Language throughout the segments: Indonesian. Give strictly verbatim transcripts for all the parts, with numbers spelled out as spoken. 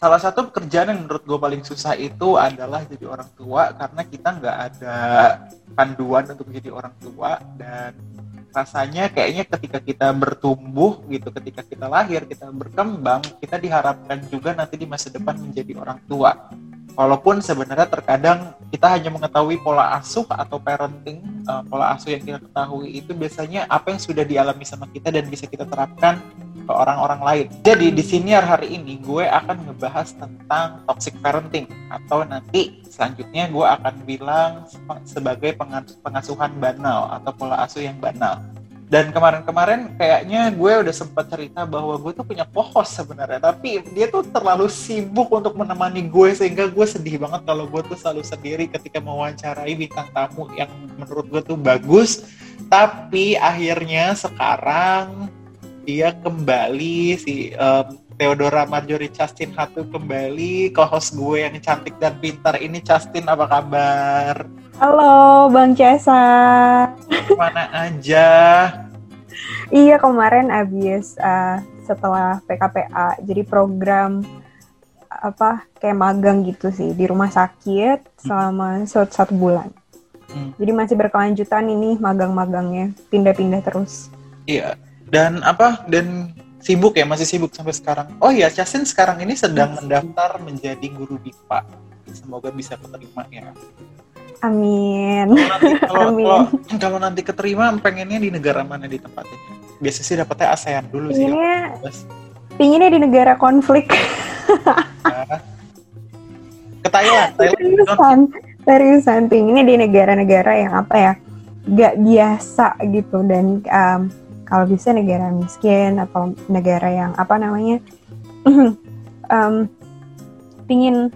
salah satu pekerjaan yang menurut gue paling susah itu adalah jadi orang tua, karena kita nggak ada panduan untuk menjadi orang tua. Dan rasanya kayaknya ketika kita bertumbuh gitu, ketika kita lahir, kita berkembang, kita diharapkan juga nanti di masa depan menjadi orang tua. Walaupun sebenarnya terkadang kita hanya mengetahui pola asuh atau parenting, uh, pola asuh yang kita ketahui itu biasanya apa yang sudah dialami sama kita dan bisa kita terapkan ke orang-orang lain. Jadi di sini hari ini gue akan ngebahas tentang toxic parenting, atau nanti selanjutnya gue akan bilang sebagai pengasuhan banal atau pola asuh yang banal. Dan kemarin-kemarin kayaknya gue udah sempat cerita bahwa gue tuh punya co-host sebenarnya, tapi dia tuh terlalu sibuk untuk menemani gue, sehingga gue sedih banget kalau gue tuh selalu sendiri ketika mewawancarai bintang tamu yang menurut gue tuh bagus. Tapi akhirnya sekarang dia kembali, si um, Theodora Marjorie Chastin Hatu kembali, co-host gue yang cantik dan pintar ini. Chastin, apa kabar? Halo Bang Cesar. Mana aja? Iya, kemarin abis uh, setelah P K P A, jadi program apa kayak magang gitu sih di rumah sakit selama satu, satu bulan. Hmm. Jadi masih berkelanjutan ini magang-magangnya, pindah-pindah terus. Iya. Dan apa? Dan sibuk ya, masih sibuk sampai sekarang. Oh iya, Chastin sekarang ini sedang mendaftar menjadi guru B I P A. Semoga bisa keterima ya. Amin. Kalau, Amin. Kalau, kalau nanti keterima, pengennya di negara mana di tempatnya? Biasanya sih dapetnya ASEAN dulu sih. Pinginnya, pinginnya di negara konflik. Nah, ke Thailand. Thailand seriusan, seriusan. Pinginnya di negara-negara yang apa ya, gak biasa gitu. Dan um, kalau bisa negara miskin atau negara yang apa namanya, um, pingin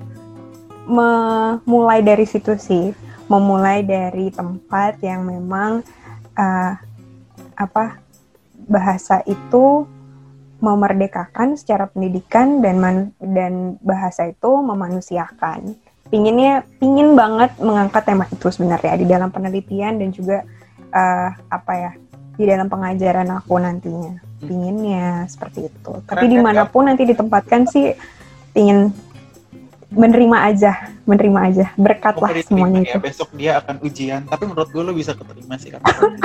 memulai dari situ sih. Memulai dari tempat yang memang uh, apa bahasa itu memerdekakan secara pendidikan dan man, dan bahasa itu memanusiakan. Pinginnya pingin banget mengangkat tema itu sebenarnya di dalam penelitian dan juga uh, apa ya di dalam pengajaran aku nantinya. Pinginnya seperti itu. Tapi dimanapun nanti ditempatkan sih pingin menerima aja, menerima aja, berkatlah semuanya ya, itu. Besok dia akan ujian, tapi menurut gue lo bisa keterima sih kan.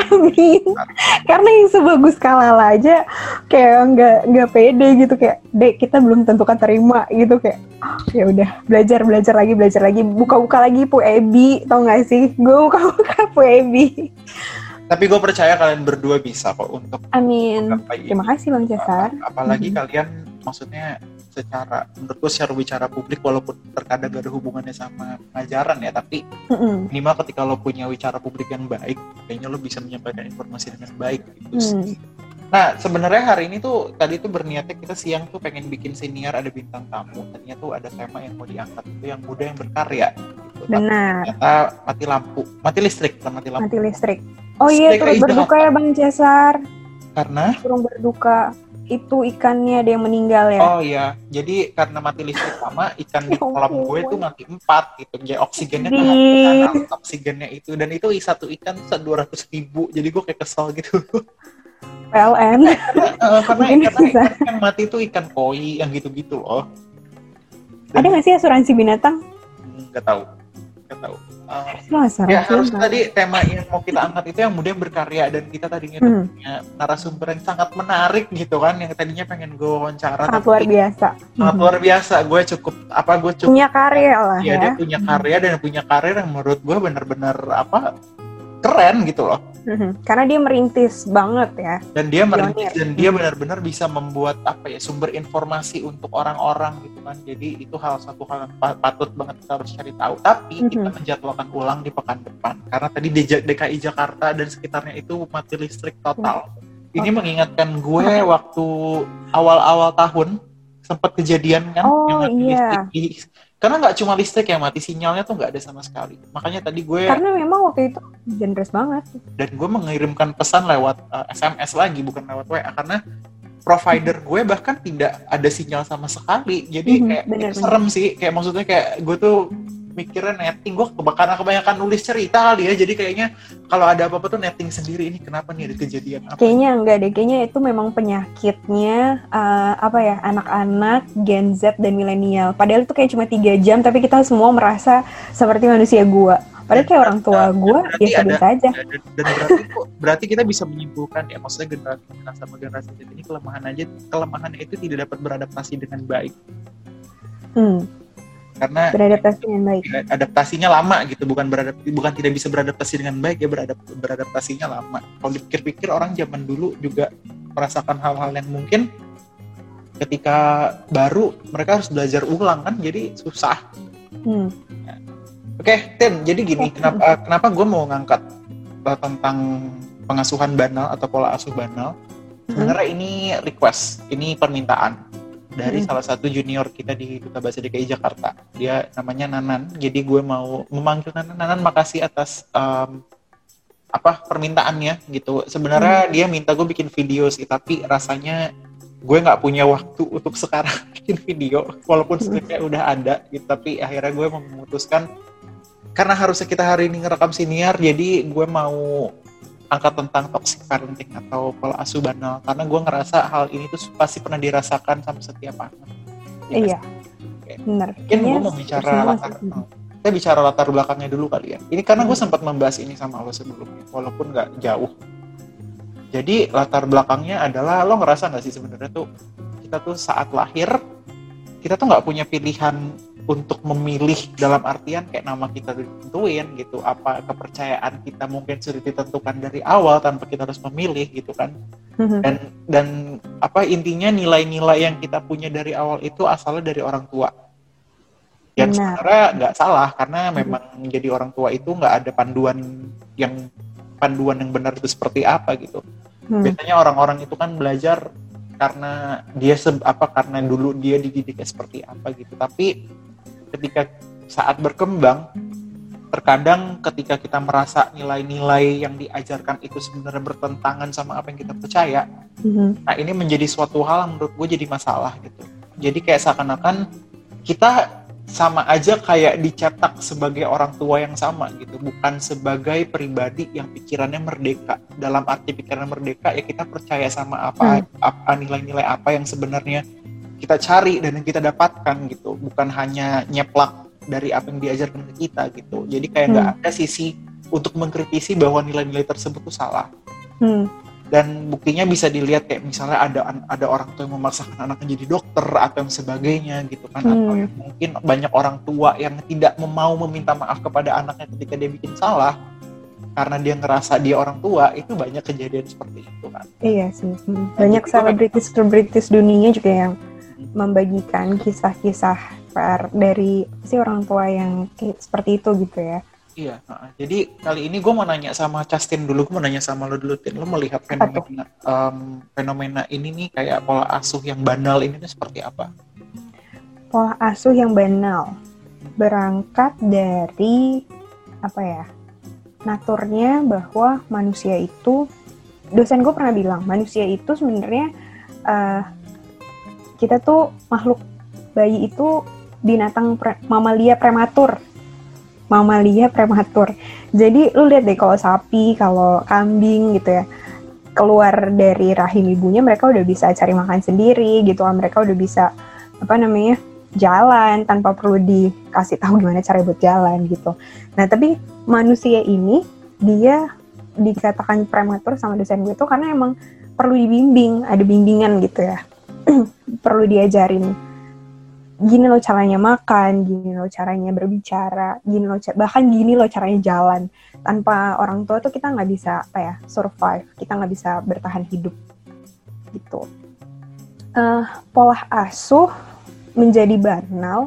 Karena yang sebagus Kalala aja kayak nggak nggak pede gitu, kayak dek kita belum tentukan terima gitu, kayak oh, ya udah belajar belajar lagi belajar lagi buka-buka lagi Pu Ebi, tau nggak sih? Gue buka-buka Pu Ebi. Tapi gue percaya kalian berdua bisa kok untuk. Amin. Terima kasih Bang Cesar. Apalagi mm-hmm. kalian maksudnya secara menurut gue secara bicara publik, walaupun terkadang gak ada hubungannya sama pengajaran ya, tapi mm-hmm. minimal ketika lo punya wicara publik yang baik, kayaknya lo bisa menyampaikan informasi dengan baik gitu mm. sih. Nah sebenarnya hari ini tuh tadi tuh berniatnya kita siang tuh pengen bikin siniar, ada bintang tamu, tadinya tuh ada tema yang mau diangkat itu yang muda yang berkarya gitu. Benar. Ternyata mati lampu, mati listrik, bukan mati lampu. Mati listrik. Oh iya, turut berduka ya Bang Cesar. Karena? Turut berduka. Itu ikannya ada yang meninggal ya? Oh iya, jadi karena mati listrik sama ikan di kolam gue itu mati empat gitu. Jadi oksigennya kan habis oksigennya itu, dan itu satu ikan dua ratus ribu, jadi gue kayak kesel gitu. P L N. uh, karena karena ikan yang mati itu ikan koi yang gitu-gitu loh. Dan, ada nggak sih asuransi binatang? Nggak tahu, nggak tahu. Uh, ya harus tadi tema yang mau kita angkat itu yang mudah berkarya, dan kita tadinya hmm. tuh punya narasumber yang sangat menarik gitu kan, yang tadinya pengen gue wawancara. Sangat luar biasa. Sangat hmm. luar biasa. Gue cukup apa gue cukup punya karya lah ya. Ya dia punya karya dan punya karir yang menurut gue benar-benar apa keren gitu loh. Mm-hmm. Karena dia merintis banget ya. Dan dia merintis dan dia benar-benar bisa membuat apa ya sumber informasi untuk orang-orang gitu kan. Jadi itu hal satu hal yang patut banget kita harus cari tahu. Tapi mm-hmm. kita menjadwalkan ulang di pekan depan karena tadi di D K I Jakarta dan sekitarnya itu mati listrik total. Mm-hmm. Ini mengingatkan gue waktu awal-awal tahun sempat kejadian kan oh, yang mati iya. listrik. Karena nggak cuma listrik yang mati, sinyalnya tuh nggak ada sama sekali. Makanya tadi gue... Karena memang waktu itu hujan deras banget. Dan gue mengirimkan pesan lewat uh, S M S lagi, bukan lewat W A. Karena provider gue bahkan tidak ada sinyal sama sekali. Jadi mm-hmm, kayak bener, serem sih. Kayak maksudnya kayak gue tuh mikirnya netting. Gue karena kebanyakan nulis cerita kali ya, jadi kayaknya kalau ada apa-apa tuh netting sendiri, ini kenapa nih ada kejadian apa. Kayaknya enggak deh, kayaknya itu memang penyakitnya uh, apa ya, anak-anak Gen Z dan milenial. Padahal itu kayak cuma tiga jam, tapi kita semua merasa seperti manusia gua. Padahal kayak orang tua gue biasa-biasa aja. Dan, dan berarti, berarti kita bisa menyimpulkan ya, maksudnya generasi kita sama generasi Z ini kelemahan aja, kelemahannya itu tidak dapat beradaptasi dengan baik. Hmm. Karena beradaptasi dengan baik. Adaptasinya lama gitu, bukan beradaptasi, bukan tidak bisa beradaptasi dengan baik ya, beradap, beradaptasinya lama. Kalau dipikir-pikir orang zaman dulu juga merasakan hal-hal yang mungkin ketika baru mereka harus belajar ulang kan, jadi susah. Hmm. Ya. Oke, Tin, jadi gini, kenapa kenapa gue mau ngangkat uh, tentang pengasuhan banal atau pola asuh banal? Sebenarnya hmm. ini request, ini permintaan dari hmm. salah satu junior kita di Duta Bahasa D K I Jakarta. Dia namanya Nanan. Jadi gue mau memanggil Nanan. Nanan, makasih atas um, apa permintaannya gitu. Sebenarnya hmm. dia minta gue bikin video sih, tapi rasanya gue nggak punya waktu untuk sekarang bikin video, walaupun sebenarnya udah ada gitu. Tapi akhirnya gue memutuskan, karena harusnya kita hari ini ngerekam siniar, jadi gue mau angkat tentang toxic parenting atau pola asuh banal, karena gue ngerasa hal ini tuh pasti pernah dirasakan sama setiap anak. Iya, okay. Benar. Mungkin gue mau bicara latar, saya bicara latar belakangnya dulu kali ya. Ini karena gue sempat membahas ini sama lo sebelumnya, walaupun nggak jauh. Jadi latar belakangnya adalah, lo ngerasa nggak sih sebenarnya tuh kita tuh saat lahir kita tuh nggak punya pilihan untuk memilih, dalam artian kayak nama kita ditentuin gitu, apa kepercayaan kita mungkin sudah ditentukan dari awal tanpa kita harus memilih gitu kan. Mm-hmm. Dan dan apa intinya nilai-nilai yang kita punya dari awal itu asalnya dari orang tua. Yang sebenarnya nggak salah, karena memang mm-hmm. jadi orang tua itu nggak ada panduan yang panduan yang benar itu seperti apa gitu. Mm. Biasanya orang-orang itu kan belajar karena dia se- apa karena dulu dia dididiknya seperti apa gitu. Tapi ketika saat berkembang, terkadang ketika kita merasa nilai-nilai yang diajarkan itu sebenarnya bertentangan sama apa yang kita percaya, mm-hmm. nah ini menjadi suatu hal yang menurut gue jadi masalah gitu. Jadi kayak seakan-akan kita sama aja kayak dicetak sebagai orang tua yang sama gitu, bukan sebagai pribadi yang pikirannya merdeka. Dalam arti pikiran merdeka ya kita percaya sama apa, hmm. apa nilai-nilai apa yang sebenarnya kita cari dan yang kita dapatkan gitu, bukan hanya nyeplak dari apa yang diajarkan ke kita gitu. Jadi kayak nggak hmm. ada sisi untuk mengkritisi bahwa nilai-nilai tersebut itu salah. Hmm. Dan buktinya bisa dilihat kayak misalnya ada ada orang tua yang memaksakan anaknya jadi dokter atau yang sebagainya gitu kan, hmm. atau yang mungkin banyak orang tua yang tidak mau meminta maaf kepada anaknya ketika dia bikin salah karena dia ngerasa dia orang tua. Itu banyak kejadian seperti itu kan. Iya sih, hmm. banyak selebritis-selebritis dunia juga yang hmm. membagikan kisah-kisah dari si orang tua yang seperti itu gitu ya. Iya, uh, jadi kali ini gue mau nanya sama Justin dulu, gue mau nanya sama lo dulu, Tin. Lo melihat fenomena, um, fenomena ini nih, kayak pola asuh yang banal ini nih seperti apa? Pola asuh yang banal berangkat dari apa ya, naturnya bahwa manusia itu, dosen gue pernah bilang, manusia itu sebenarnya uh, kita tuh makhluk, bayi itu binatang pre- mamalia prematur. Mamalia prematur. Jadi lu lihat deh, kalau sapi, kalau kambing gitu ya, keluar dari rahim ibunya mereka udah bisa cari makan sendiri gitu kan, mereka udah bisa apa namanya jalan tanpa perlu dikasih tahu gimana cara buat jalan gitu. Nah tapi manusia ini dia dikatakan prematur sama dosen gue tuh karena emang perlu dibimbing, ada bimbingan gitu ya, perlu diajarin. Gini loh caranya makan, gini loh caranya berbicara, gini loh bahkan gini loh caranya jalan. Tanpa orang tua tuh kita nggak bisa apa ya survive, kita nggak bisa bertahan hidup gitu. Uh, pola asuh menjadi banal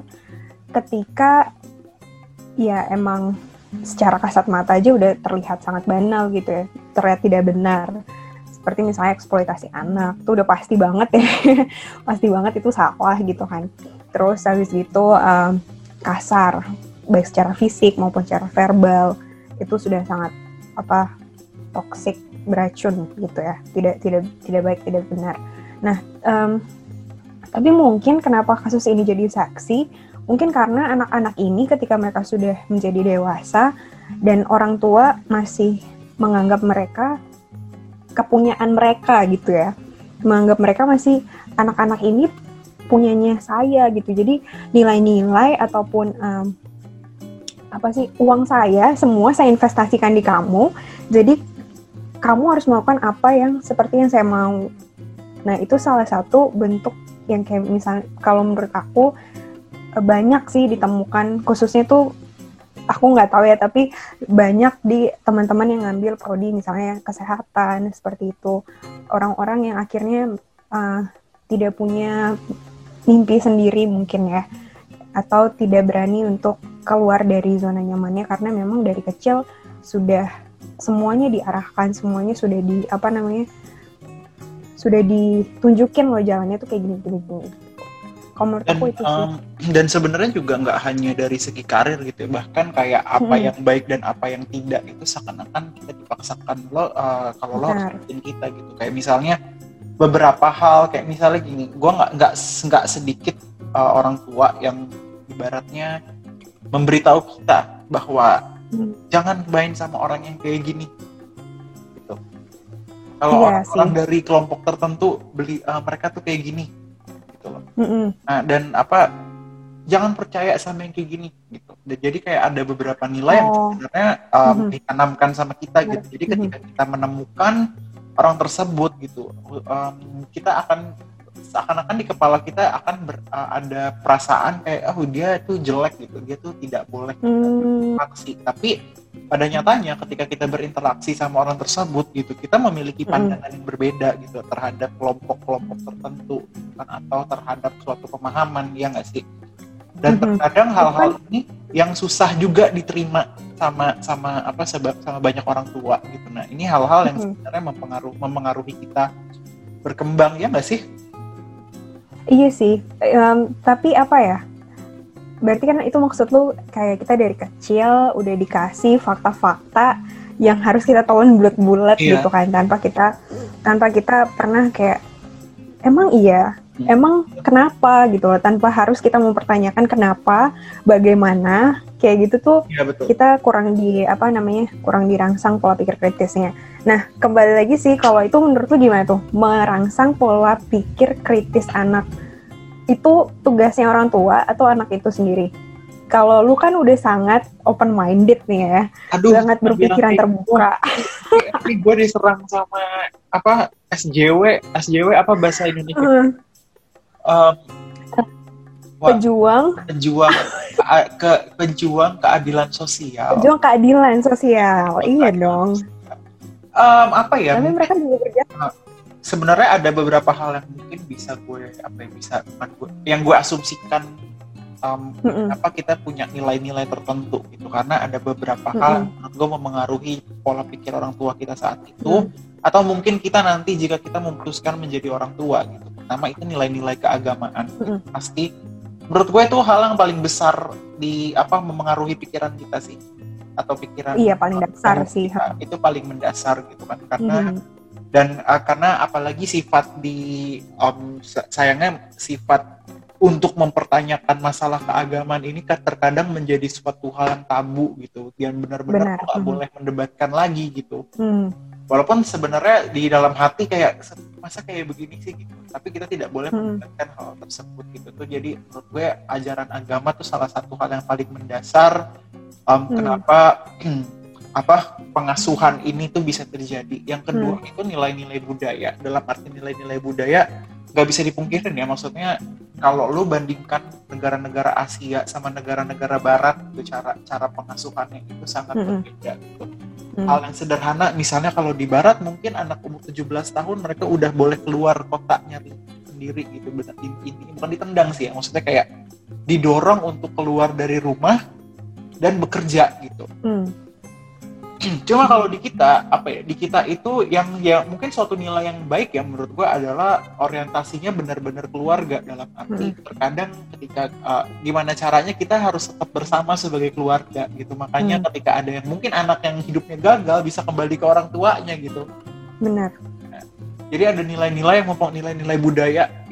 ketika ya emang secara kasat mata aja udah terlihat sangat banal gitu ya, terlihat tidak benar. Seperti misalnya eksploitasi anak, tuh udah pasti banget ya, pasti banget itu salah gitu kan. Terus habis itu um, kasar, baik secara fisik maupun secara verbal, itu sudah sangat apa toksik, beracun gitu ya, tidak tidak tidak baik, tidak benar. Nah, um, tapi mungkin kenapa kasus ini jadi saksi, Mungkin karena anak-anak ini ketika mereka sudah menjadi dewasa dan orang tua masih menganggap mereka kepunyaan mereka gitu ya. Menganggap mereka masih anak-anak ini punyanya saya gitu. Jadi nilai-nilai ataupun um, apa sih uang saya semua saya investasikan di kamu. Jadi kamu harus melakukan apa yang seperti yang saya mau. Nah, itu salah satu bentuk yang kayak misalnya kalau menurut aku banyak sih ditemukan, khususnya tuh aku nggak tahu ya, tapi banyak di teman-teman yang ngambil prodi misalnya kesehatan seperti itu. Orang-orang yang akhirnya uh, tidak punya mimpi sendiri mungkin ya, atau tidak berani untuk keluar dari zona nyamannya karena memang dari kecil sudah semuanya diarahkan, semuanya sudah di apa namanya sudah ditunjukin loh jalannya tuh kayak gini gini gini. Kalau menurut Dan, aku itu sih. um, dan sebenarnya juga nggak hanya dari segi karir gitu ya, bahkan kayak apa hmm. yang baik dan apa yang tidak itu seakan-akan kita dipaksakan lo uh, kalau lo harus ikutin kita gitu. Kayak misalnya beberapa hal kayak misalnya gini, gue nggak nggak nggak sedikit uh, orang tua yang ibaratnya memberitahu kita bahwa hmm. jangan main sama orang yang kayak gini gitu. Kalau iya, orang-orang sih. Dari kelompok tertentu beli uh, mereka tuh kayak gini gitu loh. Mm-hmm. Nah, dan apa jangan percaya sama yang kayak gini gitu. Dan jadi kayak ada beberapa nilai oh. yang sebenarnya um, mm-hmm. ditanamkan sama kita gitu. Jadi ketika mm-hmm. kita menemukan orang tersebut gitu, um, kita akan seakan-akan di kepala kita akan ber, uh, ada perasaan kayak oh dia tuh jelek gitu, dia tuh tidak boleh berinteraksi. Hmm. Tapi pada nyatanya ketika kita berinteraksi sama orang tersebut gitu, kita memiliki pandangan hmm. yang berbeda gitu terhadap kelompok-kelompok tertentu kan, atau terhadap suatu pemahaman, ya nggak sih? Dan hmm. terkadang hal-hal ini yang susah juga diterima sama sama apa sebab sama banyak orang tua gitu. Nah ini hal-hal yang hmm. sebenarnya mempengaruhi mempengaruhi kita berkembang, ya nggak sih? Iya sih, um, tapi apa ya, berarti kan itu maksud lu kayak kita dari kecil udah dikasih fakta-fakta yang harus kita telan bulat-bulat iya. gitu kan, tanpa kita tanpa kita pernah kayak, emang iya, hmm. emang kenapa gitu loh, tanpa harus kita mempertanyakan kenapa, bagaimana, kayak gitu tuh iya, kita kurang di, apa namanya, kurang dirangsang pola pikir kritisnya. Nah, kembali lagi sih, kalau itu menurut lu gimana tuh? Merangsang pola pikir kritis anak. Itu tugasnya orang tua atau anak itu sendiri? Kalau lu kan udah sangat open-minded nih ya. Aduh, sangat berpikiran terbuka. Ini gue diserang sama, apa, S J W. S J W apa bahasa Indonesia? Uh. Um, pejuang. Pejuang, ke, pejuang keadilan sosial. Pejuang keadilan sosial, oh, iya dong. Um, apa ya? Tapi mereka juga kerja. Sebenarnya ada beberapa hal yang mungkin bisa gue apa yang bisa gue, yang gue asumsikan um, apa kita punya nilai-nilai tertentu gitu, karena ada beberapa Mm-mm. hal yang menurut gue memengaruhi pola pikir orang tua kita saat itu, Mm-mm. atau mungkin kita nanti jika kita memutuskan menjadi orang tua gitu. Pertama itu nilai-nilai keagamaan. Mm-mm. Pasti menurut gue itu hal yang paling besar di apa memengaruhi pikiran kita sih, atau pikiran iya paling dasar sih kita, itu paling mendasar gitu kan, karena mm-hmm. dan uh, karena apalagi sifat di um, sayangnya sifat untuk mempertanyakan masalah keagamaan ini kan terkadang menjadi suatu hal yang tabu gitu, yang benar-benar nggak mm-hmm. boleh mendebatkan lagi gitu. Mm. Walaupun sebenarnya di dalam hati kayak masa kayak begini sih gitu, tapi kita tidak boleh hmm. mendebatkan hal tersebut gitu tuh. Jadi menurut gue ajaran agama tuh salah satu hal yang paling mendasar um, hmm. kenapa apa pengasuhan ini tuh bisa terjadi. Yang kedua hmm. itu nilai-nilai budaya. Dalam arti nilai-nilai budaya nggak bisa dipungkirin ya, maksudnya kalau lu bandingkan negara-negara Asia sama negara-negara Barat itu cara cara pengasuhannya itu sangat hmm. berbeda gitu. Hmm. Hal yang sederhana, misalnya kalau di Barat mungkin anak umur tujuh belas tahun mereka udah boleh keluar kota nyari sendiri gitu, benar intinya bukan ditendang sih ya, maksudnya kayak didorong untuk keluar dari rumah dan bekerja gitu. Hmm. Cuma kalau di kita apa ya, di kita itu yang ya mungkin suatu nilai yang baik ya menurut gue adalah orientasinya benar-benar keluarga, dalam arti hmm. terkadang ketika uh, gimana caranya kita harus tetap bersama sebagai keluarga gitu, makanya hmm. ketika ada yang mungkin anak yang hidupnya gagal bisa kembali ke orang tuanya gitu. Benar. Nah, jadi ada nilai-nilai yang mumpung nilai-nilai budaya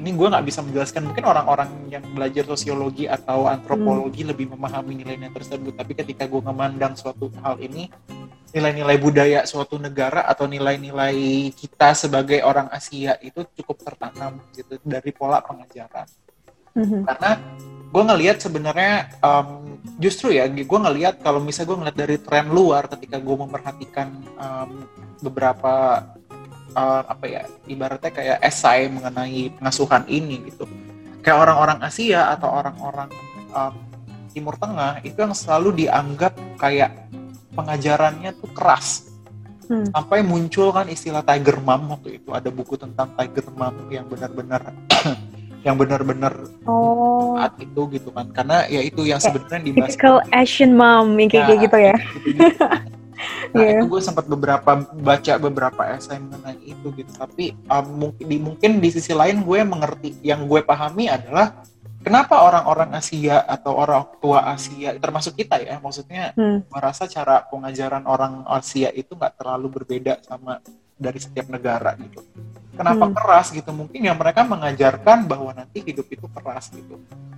ini gue nggak bisa menjelaskan, mungkin orang-orang yang belajar sosiologi atau antropologi hmm. lebih memahami nilai-nilai tersebut, tapi ketika gue memandang suatu hal ini, nilai-nilai budaya suatu negara atau nilai-nilai kita sebagai orang Asia itu cukup tertanam gitu dari pola pengajaran. Mm-hmm. Karena gue ngelihat sebenarnya um, justru ya gue ngelihat kalau misalnya gue ngelihat dari tren luar ketika gue memperhatikan um, beberapa uh, apa ya ibaratnya kayak esai mengenai pengasuhan ini gitu, kayak orang-orang Asia atau orang-orang um, Timur Tengah itu yang selalu dianggap kayak pengajarannya tuh keras. Hmm. Sampai muncul kan istilah Tiger Mom waktu itu, ada buku tentang Tiger Mom yang benar-benar yang benar-benar oh. saat itu gitu kan, karena ya itu yang sebenarnya dibahas typical Asian mom kayak ya, gitu ya. Gitu-gitu. Nah yeah. itu gue sempat beberapa baca beberapa esai mengenai itu gitu, tapi um, mungkin di mungkin di sisi lain gue mengerti, yang gue pahami adalah kenapa orang-orang Asia atau orang tua Asia, termasuk kita ya, maksudnya hmm. merasa cara pengajaran orang Asia itu nggak terlalu berbeda sama dari setiap negara gitu. Kenapa hmm. keras gitu? Mungkin yang mereka mengajarkan bahwa nanti hidup itu keras gitu.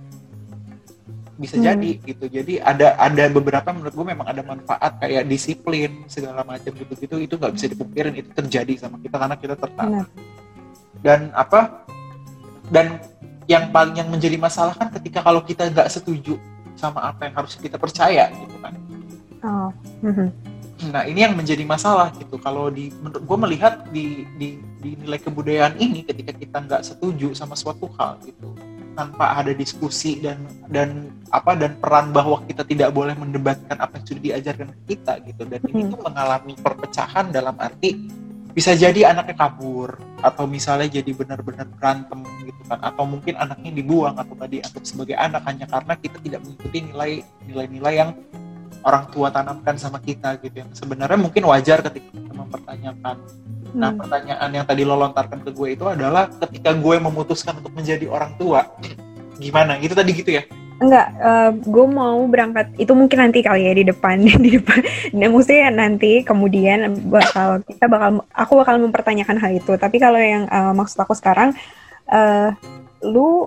Bisa hmm. jadi gitu. Jadi ada ada beberapa menurut gue memang ada manfaat kayak disiplin segala macam gitu-gitu, itu nggak bisa dipungkirin itu terjadi sama kita karena kita tertanam. Dan apa? Dan yang paling yang menjadi masalah kan ketika kalau kita nggak setuju sama apa yang harus kita percaya gitu kan. Oh. Mm-hmm. Nah ini yang menjadi masalah gitu. Kalau di menurut gue melihat di, di di nilai kebudayaan ini, ketika kita nggak setuju sama suatu hal gitu, tanpa ada diskusi dan dan apa dan peran bahwa kita tidak boleh mendebatkan apa yang sudah diajarkan ke kita gitu, dan mm-hmm. ini tuh mengalami perpecahan dalam arti bisa jadi anaknya kabur atau misalnya jadi benar-benar berantem gitu kan, atau mungkin anaknya dibuang atau tadi dianggap sebagai anak hanya karena kita tidak mengikuti nilai nilai-nilai yang orang tua tanamkan sama kita gitu, yang sebenarnya mungkin wajar ketika kita mempertanyakan. Hmm. Nah pertanyaan yang tadi lo lontarkan ke gue itu adalah ketika gue memutuskan untuk menjadi orang tua, gimana? Itu tadi gitu ya? Enggak, uh, gue mau berangkat itu mungkin nanti kali ya di depan di depan. Nah, maksudnya nanti kemudian bakal kita bakal aku bakal mempertanyakan hal itu. Tapi kalau yang uh, maksud aku sekarang, uh, lu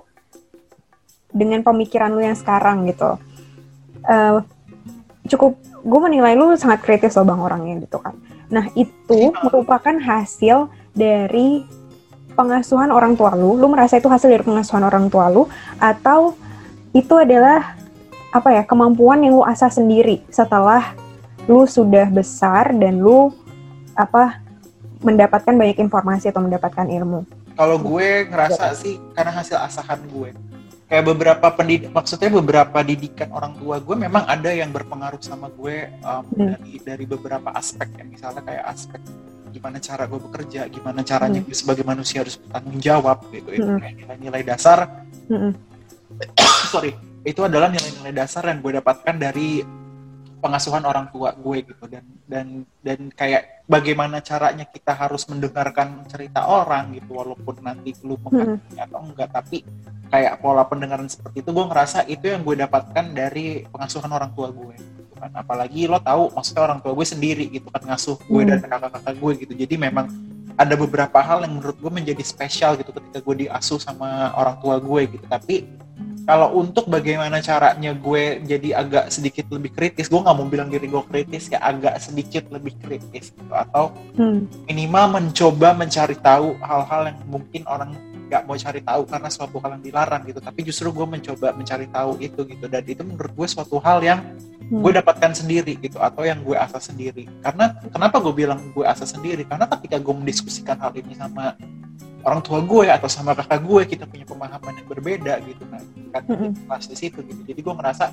dengan pemikiran lu yang sekarang gitu, uh, cukup gue menilai lu sangat kritis loh bang orangnya gitu kan. Nah itu merupakan hasil dari pengasuhan orang tua lu. Lu merasa itu hasil dari pengasuhan orang tua lu atau itu adalah apa ya kemampuan yang lu asah sendiri setelah lu sudah besar dan lu apa mendapatkan banyak informasi atau mendapatkan ilmu? Kalau gue ngerasa sih karena hasil asahan gue. Kayak beberapa pendidik, maksudnya beberapa didikan orang tua gue memang ada yang berpengaruh sama gue um, hmm. dari dari beberapa aspek ya, misalnya kayak aspek gimana cara gue bekerja, gimana caranya hmm. gue sebagai manusia harus bertanggung jawab gitu, itu hmm. kayak nilai-nilai dasar. Hmm. Sorry, itu adalah nilai-nilai dasar yang gue dapatkan dari pengasuhan orang tua gue gitu, dan dan dan kayak bagaimana caranya kita harus mendengarkan cerita orang gitu, walaupun nanti lu mengerti hmm. atau enggak, tapi kayak pola pendengaran seperti itu gue ngerasa itu yang gue dapatkan dari pengasuhan orang tua gue gitu kan. Apalagi lo tahu maksudnya orang tua gue sendiri gitu kan ngasuh gue hmm. dan kakak-kakak gue gitu, jadi memang ada beberapa hal yang menurut gue menjadi spesial gitu ketika gue diasuh sama orang tua gue gitu. Tapi kalau untuk bagaimana caranya gue jadi agak sedikit lebih kritis, gue nggak mau bilang diri gue kritis ya, agak sedikit lebih kritis gitu, atau hmm. minimal mencoba mencari tahu hal-hal yang mungkin orang nggak mau cari tahu karena suatu hal yang dilarang gitu, tapi justru gue mencoba mencari tahu itu gitu, dan itu menurut gue suatu hal yang hmm. gue dapatkan sendiri gitu, atau yang gue asah sendiri. Karena kenapa gue bilang gue asah sendiri, karena ketika gue mendiskusikan hal ini sama orang tua gue atau sama kakak gue, kita punya pemahaman yang berbeda gitu, nah kan mm-hmm. pas di situ gitu. Jadi gue ngerasa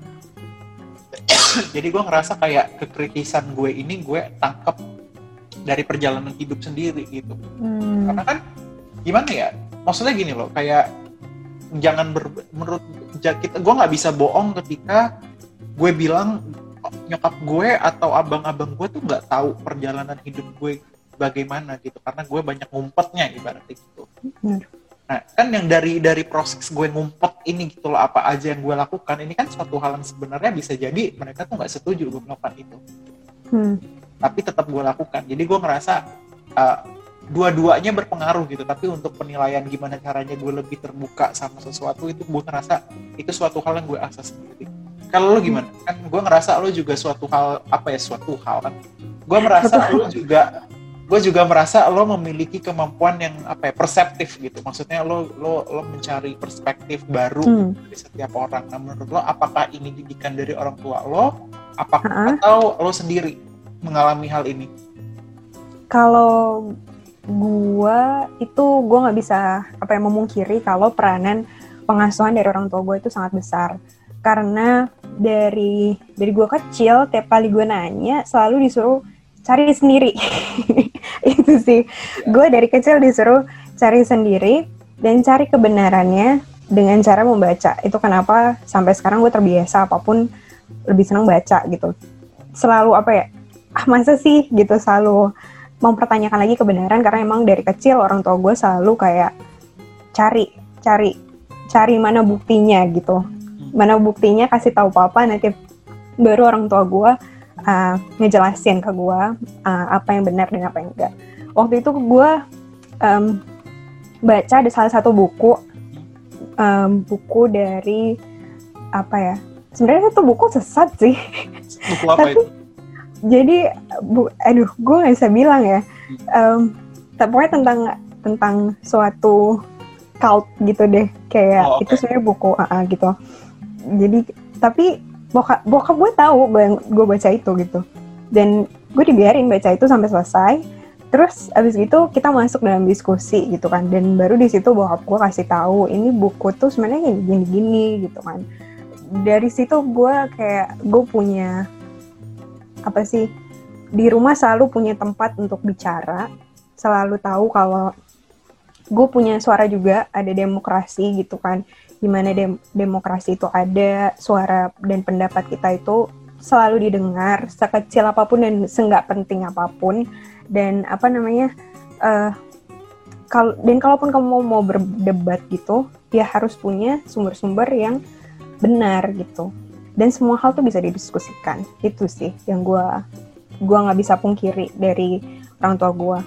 jadi gue ngerasa kayak kekritisan gue ini gue tangkap dari perjalanan hidup sendiri gitu. Mm. Karena kan gimana ya, maksudnya gini loh, kayak jangan ber, menurut kita, gue nggak bisa bohong ketika gue bilang nyokap gue atau abang-abang gue tuh nggak tahu perjalanan hidup gue bagaimana gitu, karena gue banyak ngumpetnya ibaratnya gitu. Hmm. Nah kan yang dari dari proses gue ngumpet ini gitu loh, apa aja yang gue lakukan ini kan suatu hal yang sebenarnya bisa jadi mereka tuh nggak setuju gue melakukan itu, hmm. tapi tetap gue lakukan. Jadi gue ngerasa uh, dua-duanya berpengaruh gitu, tapi untuk penilaian gimana caranya gue lebih terbuka sama sesuatu itu gue ngerasa itu suatu hal yang gue asah sendiri. Kalau lo gimana? Kan gue ngerasa lo juga suatu hal apa ya suatu hal kan? Gue merasa lo juga gue juga merasa lo memiliki kemampuan yang apa ya perseptif gitu. Maksudnya lo lo lo mencari perspektif baru hmm. dari setiap orang. Nah menurut lo apakah ini didikan dari orang tua lo? Apakah uh-huh. atau lo sendiri mengalami hal ini? Kalau gue itu gue nggak bisa apa yang memungkiri kalau peranan pengasuhan dari orang tua gue itu sangat besar karena dari dari gue kecil tiap kali gue nanya selalu disuruh cari sendiri itu sih gue dari kecil disuruh cari sendiri dan cari kebenarannya dengan cara membaca. Itu kenapa sampai sekarang gue terbiasa apapun lebih senang baca gitu, selalu apa ya ah masa sih gitu, selalu mempertanyakan lagi kebenaran karena emang dari kecil orang tua gue selalu kayak cari, cari, cari mana buktinya gitu, mana buktinya kasih tahu papa nanti baru orang tua gue uh, ngejelasin ke gue uh, apa yang benar dan apa yang enggak. Waktu itu gue um, baca ada salah satu buku, um, buku dari apa ya? Sebenarnya itu buku sesat sih. Buku apa Tapi, itu? Jadi, bu, aduh, gue nggak bisa bilang ya. Um, pokoknya tentang tentang suatu cult gitu deh, kayak oh, okay. Itu sebenarnya buku uh, uh, gitu. Jadi, tapi bokap bokap gue tahu gue gue baca itu gitu, dan gue dibiarin baca itu sampai selesai. Terus abis itu kita masuk dalam diskusi gitu kan, dan baru di situ bokap gue kasih tahu ini buku tuh sebenarnya gini-gini gitu kan. Dari situ gue kayak gue punya apa sih, di rumah selalu punya tempat untuk bicara, selalu tahu kalau gue punya suara juga, ada demokrasi gitu kan, dimana dem- demokrasi itu ada, suara dan pendapat kita itu selalu didengar, sekecil apapun dan seenggak penting apapun, dan apa namanya, uh, kal- dan kalaupun kamu mau, mau berdebat gitu, ya harus punya sumber-sumber yang benar gitu. Dan semua hal tuh bisa didiskusikan. Itu sih yang gue gue nggak bisa pungkiri dari orang tua gue.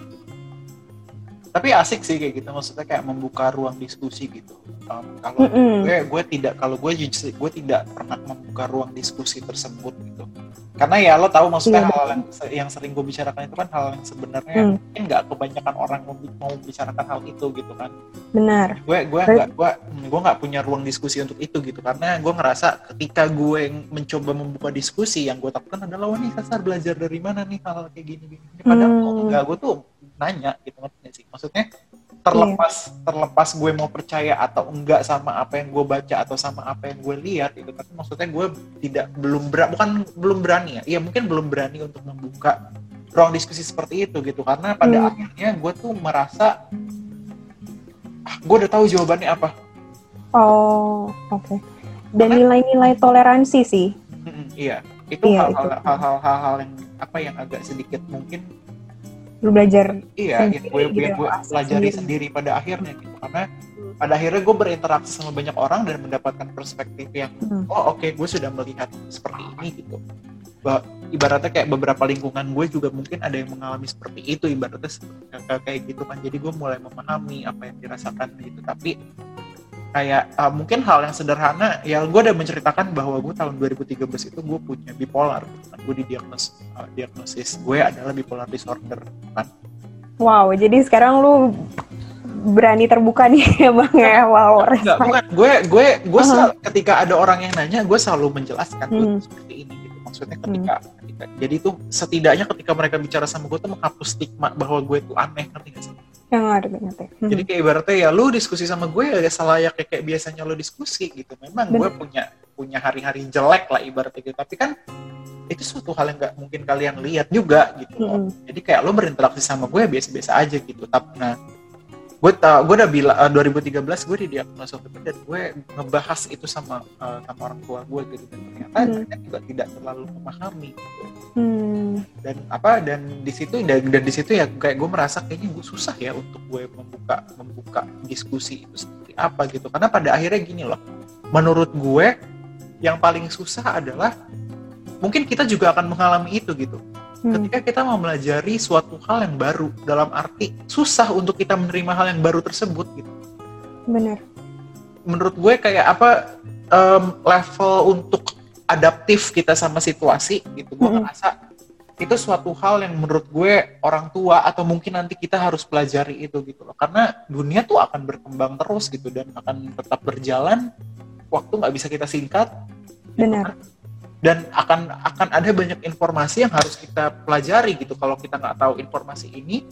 Tapi asik sih kayak gitu, maksudnya kayak membuka ruang diskusi gitu. Um, kalau mm-hmm. gue gue tidak kalau gue gue tidak pernah membuka ruang diskusi tersebut gitu. Karena ya lo tahu maksudnya yeah. hal yang, yang sering gue bicarakan itu kan hal yang sebenarnya mm. mungkin nggak kebanyakan orang mau, mau bicarakan hal itu gitu kan. Benar. Gue gue nggak gue gue nggak punya ruang diskusi untuk itu gitu, karena gue ngerasa ketika gue mencoba membuka diskusi yang gue takutkan adalah wah nih Sasar belajar dari mana nih hal kayak gini gini. Padahal mm. enggak, gue tuh nanya gitu ngerti sih, maksudnya terlepas yeah. terlepas gue mau percaya atau enggak sama apa yang gue baca atau sama apa yang gue lihat itu, tapi maksudnya gue tidak belum ber, bukan belum berani ya, iya mungkin belum berani untuk membuka ruang diskusi seperti itu gitu, karena pada hmm. akhirnya gue tuh merasa ah, gue udah tahu jawabannya apa. Oh oke. Okay. Dan karena, nilai-nilai toleransi sih. Mm, iya itu iya, hal-hal, itu. hal-hal hal-hal yang apa yang agak sedikit mungkin lu belajar iya sendiri, gue, gitu, gue pelajari sendiri. sendiri pada akhirnya gitu, karena hmm. pada akhirnya gue berinteraksi sama banyak orang dan mendapatkan perspektif yang hmm. oh oke okay, gue sudah melihat seperti ini gitu. Bah, ibaratnya kayak beberapa lingkungan gue juga mungkin ada yang mengalami seperti itu, ibaratnya kayak gitu kan, jadi gue mulai memahami apa yang dirasakan gitu. Tapi kayak uh, mungkin hal yang sederhana ya, gue udah menceritakan bahwa gue tahun dua ribu tiga belas itu gue punya bipolar gitu kan. Gue didiagnosis uh, diagnosis gue adalah bipolar disorder kan. Wow, jadi sekarang lu berani terbuka nih ya Bang ya. Wow. Enggak, bukan. Gue gue gue uh-huh. selalu, ketika ada orang yang nanya gue selalu menjelaskan hmm. gue seperti ini gitu. Maksudnya ketika, hmm. ketika jadi itu setidaknya ketika mereka bicara sama gue tuh menghapus stigma bahwa gue itu aneh, ngerti gak sih? Yang ada ngerti. Hmm. Jadi kayak ibaratnya ya lu diskusi sama gue ya selayaknya kayak biasanya lu diskusi gitu. Memang gue punya punya hari-hari jelek lah ibaratnya gitu. Tapi kan itu suatu hal yang nggak mungkin kalian lihat juga gitu loh. Hmm. Jadi kayak lu berinteraksi sama gue ya biasa-biasa aja gitu. Tapi nah gue tau, gue udah bilang uh, dua ribu tiga belas gue didiagnosa itu dan gue ngebahas itu sama uh, sama orang tua gue gitu, dan ternyata hmm. mereka juga tidak terlalu memahami gitu. Hmm. Dan apa dan di situ dan, dan di situ ya kayak gue merasa kayaknya gue susah ya untuk gue membuka membuka diskusi itu seperti apa gitu, karena pada akhirnya gini loh, menurut gue yang paling susah adalah mungkin kita juga akan mengalami itu gitu. Hmm. Ketika kita mau melajari suatu hal yang baru, dalam arti susah untuk kita menerima hal yang baru tersebut gitu. Benar. Menurut gue kayak apa um, level untuk adaptif kita sama situasi gitu, gue Mm-mm. ngerasa itu suatu hal yang menurut gue orang tua atau mungkin nanti kita harus pelajari itu gitu loh, karena dunia tuh akan berkembang terus gitu dan akan tetap berjalan, waktu nggak bisa kita singkat gitu Benar. kan. Dan akan akan ada banyak informasi yang harus kita pelajari gitu. Kalau kita nggak tahu informasi ini,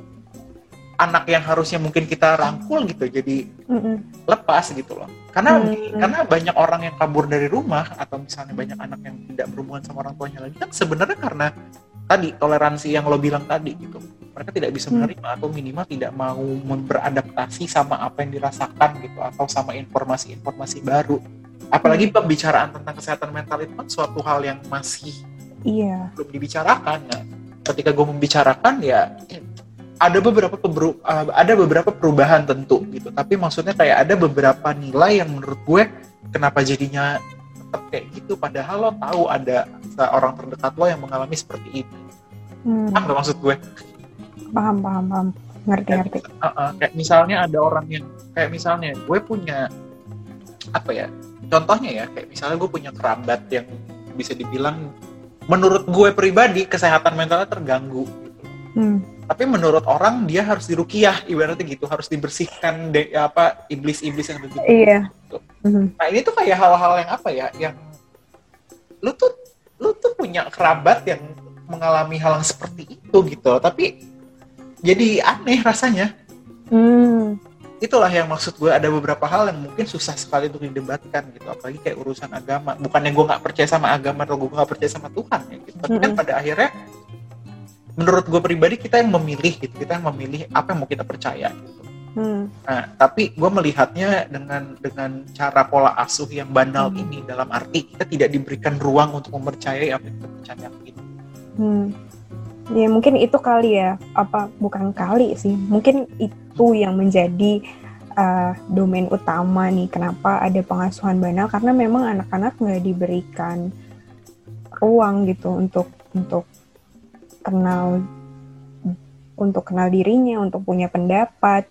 anak yang harusnya mungkin kita rangkul gitu jadi Mm-mm. lepas gitu loh. Karena Hmm. karena banyak orang yang kabur dari rumah atau misalnya banyak anak yang tidak berhubungan sama orang tuanya lagi, kan sebenarnya karena tadi toleransi yang lo bilang tadi gitu. Mereka tidak bisa Hmm. menerima atau minimal tidak mau beradaptasi sama apa yang dirasakan gitu, atau sama informasi-informasi baru. Apalagi pembicaraan tentang kesehatan mental itu kan suatu hal yang masih Iya. belum dibicarakan. Nah, ketika gue membicarakan ya ada beberapa keberu, uh, ada beberapa perubahan tentu gitu. Tapi maksudnya kayak ada beberapa nilai yang menurut gue kenapa jadinya tetap kayak gitu. Padahal lo tahu ada orang terdekat lo yang mengalami seperti ini. Hmm. Paham nggak maksud gue? Paham, paham, paham. Ngerti, Kayak, ngerti. uh, uh, kayak misalnya ada orang yang kayak misalnya gue punya apa ya? Contohnya ya, kayak misalnya gue punya kerabat yang bisa dibilang menurut gue pribadi kesehatan mentalnya terganggu gitu. Hmm. Tapi menurut orang dia harus diruqyah, ibaratnya gitu, harus dibersihkan de, apa iblis-iblis yang ada di Iya. gitu. Mhm. Nah, ini tuh kayak hal-hal yang apa ya, yang lu tuh lu tuh punya kerabat yang mengalami hal yang seperti itu gitu. Tapi jadi aneh rasanya. Hmm. Itulah yang maksud gue, ada beberapa hal yang mungkin susah sekali untuk didebatkan gitu, apalagi kayak urusan agama. Bukannya gue nggak percaya sama agama atau gue nggak percaya sama Tuhan ya gitu, tapi kan Mm-mm. pada akhirnya menurut gue pribadi kita yang memilih gitu, kita yang memilih apa yang mau kita percaya gitu. Hmm. Nah, tapi gue melihatnya dengan dengan cara pola asuh yang banal Hmm. ini, dalam arti kita tidak diberikan ruang untuk mempercayai apa yang kita percaya gitu. Hmm. Ya mungkin itu kali ya, apa bukan kali sih, mungkin itu yang menjadi uh, domain utama nih kenapa ada pengasuhan banal, karena memang anak-anak nggak diberikan ruang gitu untuk untuk kenal untuk kenal dirinya, untuk punya pendapat.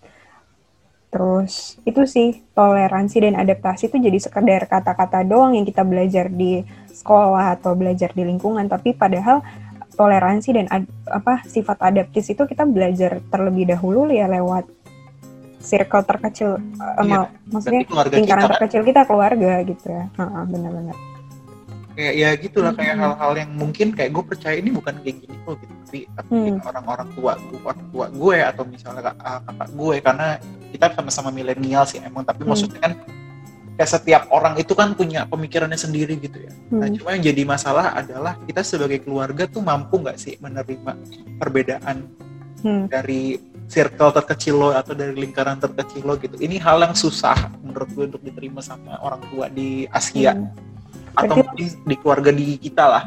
Terus itu sih toleransi dan adaptasi itu jadi sekedar kata-kata doang yang kita belajar di sekolah atau belajar di lingkungan, tapi padahal toleransi dan ad, apa sifat adaptif itu kita belajar terlebih dahulu ya lewat circle terkecil, Iya, uh, maksudnya keluarga lingkaran kita, terkecil kita, keluarga gitu ya. Uh-uh, benar-benar. kayak ya gitulah, kayak Hmm. hal-hal yang mungkin kayak gue percaya ini bukan kayak gini kok gitu, tapi tapi Hmm. orang-orang tua gue, orang tua gue atau misalnya kak- ah, kakak gue, karena kita sama-sama milenial sih emang, tapi Hmm. maksudnya kan kayak setiap orang itu kan punya pemikirannya sendiri gitu ya. Nah, Hmm. cuma yang jadi masalah adalah kita sebagai keluarga tuh mampu nggak sih menerima perbedaan Hmm. dari circle terkecil lo atau dari lingkaran terkecil lo gitu. Ini hal yang susah menurut gue untuk diterima sama orang tua di Asia. Hmm. Atau Berarti- mungkin di keluarga di kita lah.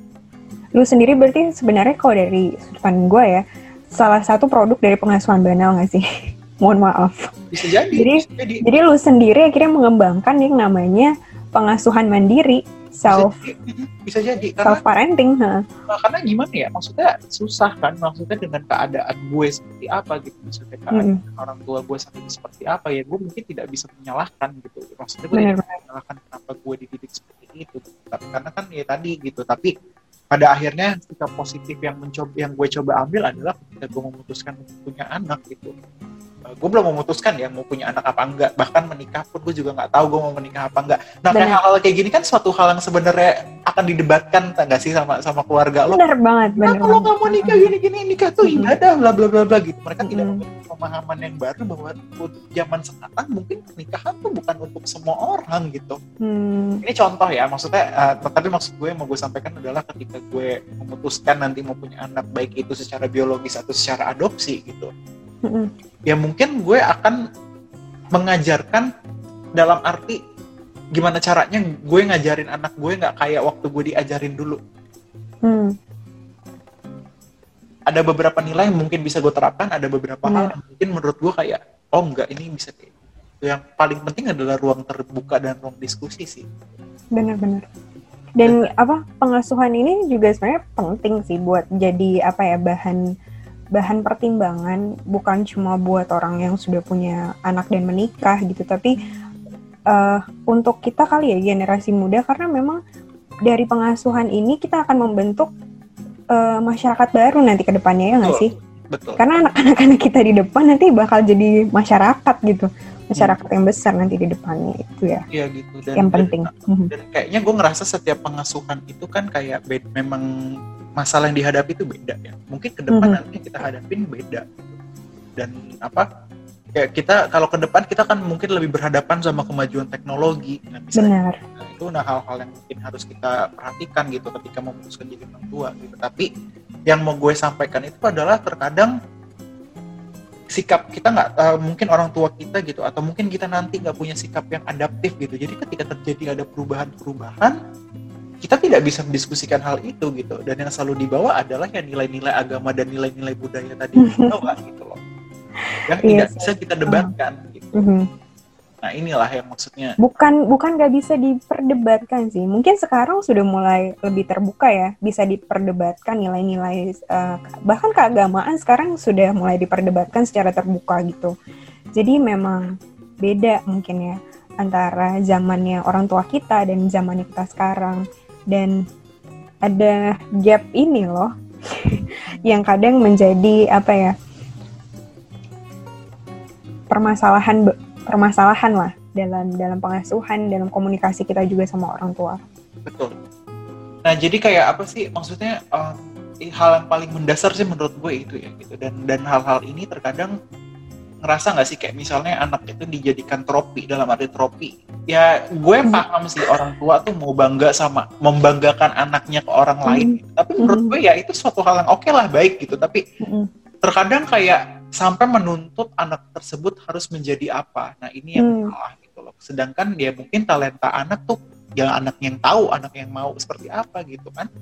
Lu sendiri berarti sebenarnya kalau dari sudut pandang gue ya, salah satu produk dari pengasuhan banal nggak sih? Mohon maaf. Bisa jadi. Jadi, bisa jadi. jadi lu sendiri akhirnya mengembangkan yang namanya pengasuhan mandiri, self Bisa jadi, bisa jadi. Karena, self parenting. Huh? karena gimana ya, maksudnya susah kan, maksudnya dengan keadaan gue seperti apa gitu, maksudnya keadaan Mm-mm. orang tua gue saat ini seperti apa ya, gue mungkin tidak bisa menyalahkan gitu, maksudnya gue Benar, tidak bisa menyalahkan kenapa gue dididik seperti itu gitu. Tapi karena kan ya tadi gitu, tapi pada akhirnya sikap positif yang mencoba yang gue coba ambil adalah ketika gue memutuskan untuk punya anak gitu. Uh, gue belum memutuskan ya mau punya anak apa enggak, bahkan menikah pun gue juga nggak tahu gue mau menikah apa enggak. Nah, kayak Benar. hal-hal kayak gini kan suatu hal yang sebenarnya akan didebatkan nggak sih sama sama keluarga lo. Benar banget, Nah, benar kalau banget. nggak mau nikah gini-gini, nikah tuh Mm-mm. ibadah, bla bla bla bla gitu. Mereka tidak Mm-mm. memiliki pemahaman yang baru bahwa zaman sekarang mungkin pernikahan tuh bukan untuk semua orang gitu. Hmm. Ini contoh ya, maksudnya, uh, tapi maksud gue yang mau gue sampaikan adalah ketika gue memutuskan nanti mau punya anak, baik itu secara biologis atau secara adopsi gitu, Mm-mm. ya mungkin gue akan mengajarkan dalam arti gimana caranya gue ngajarin anak gue nggak kayak waktu gue diajarin dulu. Hmm. Ada beberapa nilai yang mungkin bisa gue terapkan, ada beberapa Benar. hal yang mungkin menurut gue kayak, oh enggak, ini bisa kayak gitu. Yang paling penting adalah ruang terbuka dan ruang diskusi sih. Benar-benar. Dan apa pengasuhan ini juga sebenarnya penting sih buat jadi apa ya bahan bahan pertimbangan, bukan cuma buat orang yang sudah punya anak dan menikah gitu, tapi uh, untuk kita kali ya generasi muda, karena memang dari pengasuhan ini kita akan membentuk uh, masyarakat baru nanti ke depannya, ya nggak sih? Betul. Karena anak-anak kita di depan nanti bakal jadi masyarakat gitu, masyarakat hmm. yang besar nanti di depannya itu ya. Iya gitu. Dan, yang penting. Dan, dan kayaknya gue ngerasa setiap pengasuhan itu kan kayak bed, memang masalah yang dihadapi itu beda ya. Mungkin ke depan mm-hmm. nanti yang kita hadapin beda. Dan apa? Ya kita kalau ke depan kita kan mungkin lebih berhadapan sama kemajuan teknologi. Nah, misalnya, benar. Nah, itu nah hal-hal yang mungkin harus kita perhatikan gitu ketika memutuskan jadi orang tua gitu. Tapi yang mau gue sampaikan itu adalah terkadang sikap kita nggak uh, mungkin orang tua kita gitu atau mungkin kita nanti nggak punya sikap yang adaptif gitu. Jadi ketika terjadi ada perubahan-perubahan, kita tidak bisa mendiskusikan hal itu gitu, dan yang selalu dibawa adalah ya nilai-nilai agama dan nilai-nilai budaya tadi dibawa gitu loh, yang tidak yes. bisa kita debatkan gitu. Mm-hmm. Nah inilah yang maksudnya bukan bukan nggak bisa diperdebatkan sih, mungkin sekarang sudah mulai lebih terbuka ya, bisa diperdebatkan nilai-nilai uh, bahkan keagamaan sekarang sudah mulai diperdebatkan secara terbuka gitu. Jadi memang beda mungkin ya antara zamannya orang tua kita dan zamannya kita sekarang. Dan ada gap ini loh yang kadang menjadi apa ya permasalahan permasalahan lah dalam dalam pengasuhan, dalam komunikasi kita juga sama orang tua. Betul. Nah jadi kayak apa sih maksudnya um, hal yang paling mendasar sih menurut gue itu ya gitu, dan dan hal-hal ini terkadang ngerasa nggak sih kayak misalnya anak itu dijadikan trofi, dalam arti trofi ya gue paham sih orang tua tuh mau bangga sama membanggakan anaknya ke orang lain gitu. Tapi menurut gue ya itu suatu hal yang oke okay lah, baik gitu, tapi terkadang kayak sampai menuntut anak tersebut harus menjadi apa. Nah ini yang salah gitu loh, sedangkan ya mungkin talenta anak tuh ya anak yang tahu, anak yang mau seperti apa gitu kan.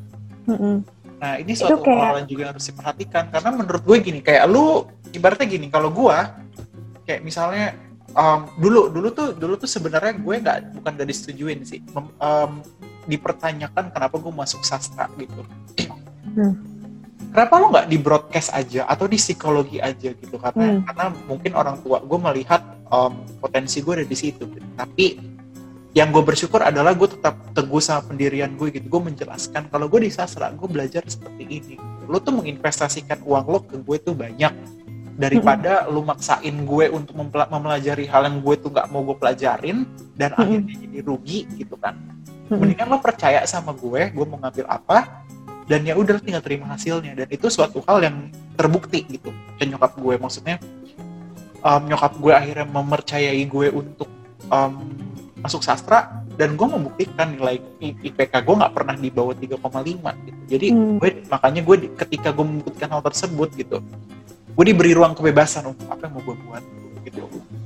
Nah ini suatu kayak hal yang juga harus diperhatikan, karena menurut gue gini, kayak lu ibaratnya gini, kalau gue kayak misalnya um, dulu dulu tuh dulu tuh sebenarnya gue nggak bukan nggak disetujuin sih, Mem, um, dipertanyakan kenapa gue masuk sastra gitu. Hmm. Kenapa lo nggak di broadcast aja atau di psikologi aja gitu, karena hmm. karena mungkin orang tua gue melihat um, potensi gue ada di situ gitu. Tapi yang gue bersyukur adalah gue tetap teguh sama pendirian gue gitu. Gue menjelaskan kalau gue di sastra gue belajar seperti ini. Lo tuh menginvestasikan uang lo ke gue tuh banyak daripada mm-hmm. lu maksain gue untuk mempel- mempelajari hal yang gue tuh gak mau gue pelajarin dan mm-hmm. akhirnya jadi rugi gitu kan. Mm-hmm. Mendingan lo percaya sama gue, gue mau ngambil apa dan ya udah tinggal terima hasilnya, dan itu suatu hal yang terbukti gitu ke nyokap gue. Maksudnya um, nyokap gue akhirnya mempercayai gue untuk um, masuk sastra, dan gue membuktikan nilai I P K gue nggak pernah di bawah tiga koma lima gitu. Jadi mm. gue makanya gue ketika gue membuktikan hal tersebut gitu, gue diberi ruang kebebasan untuk apa yang mau gue buat gitu.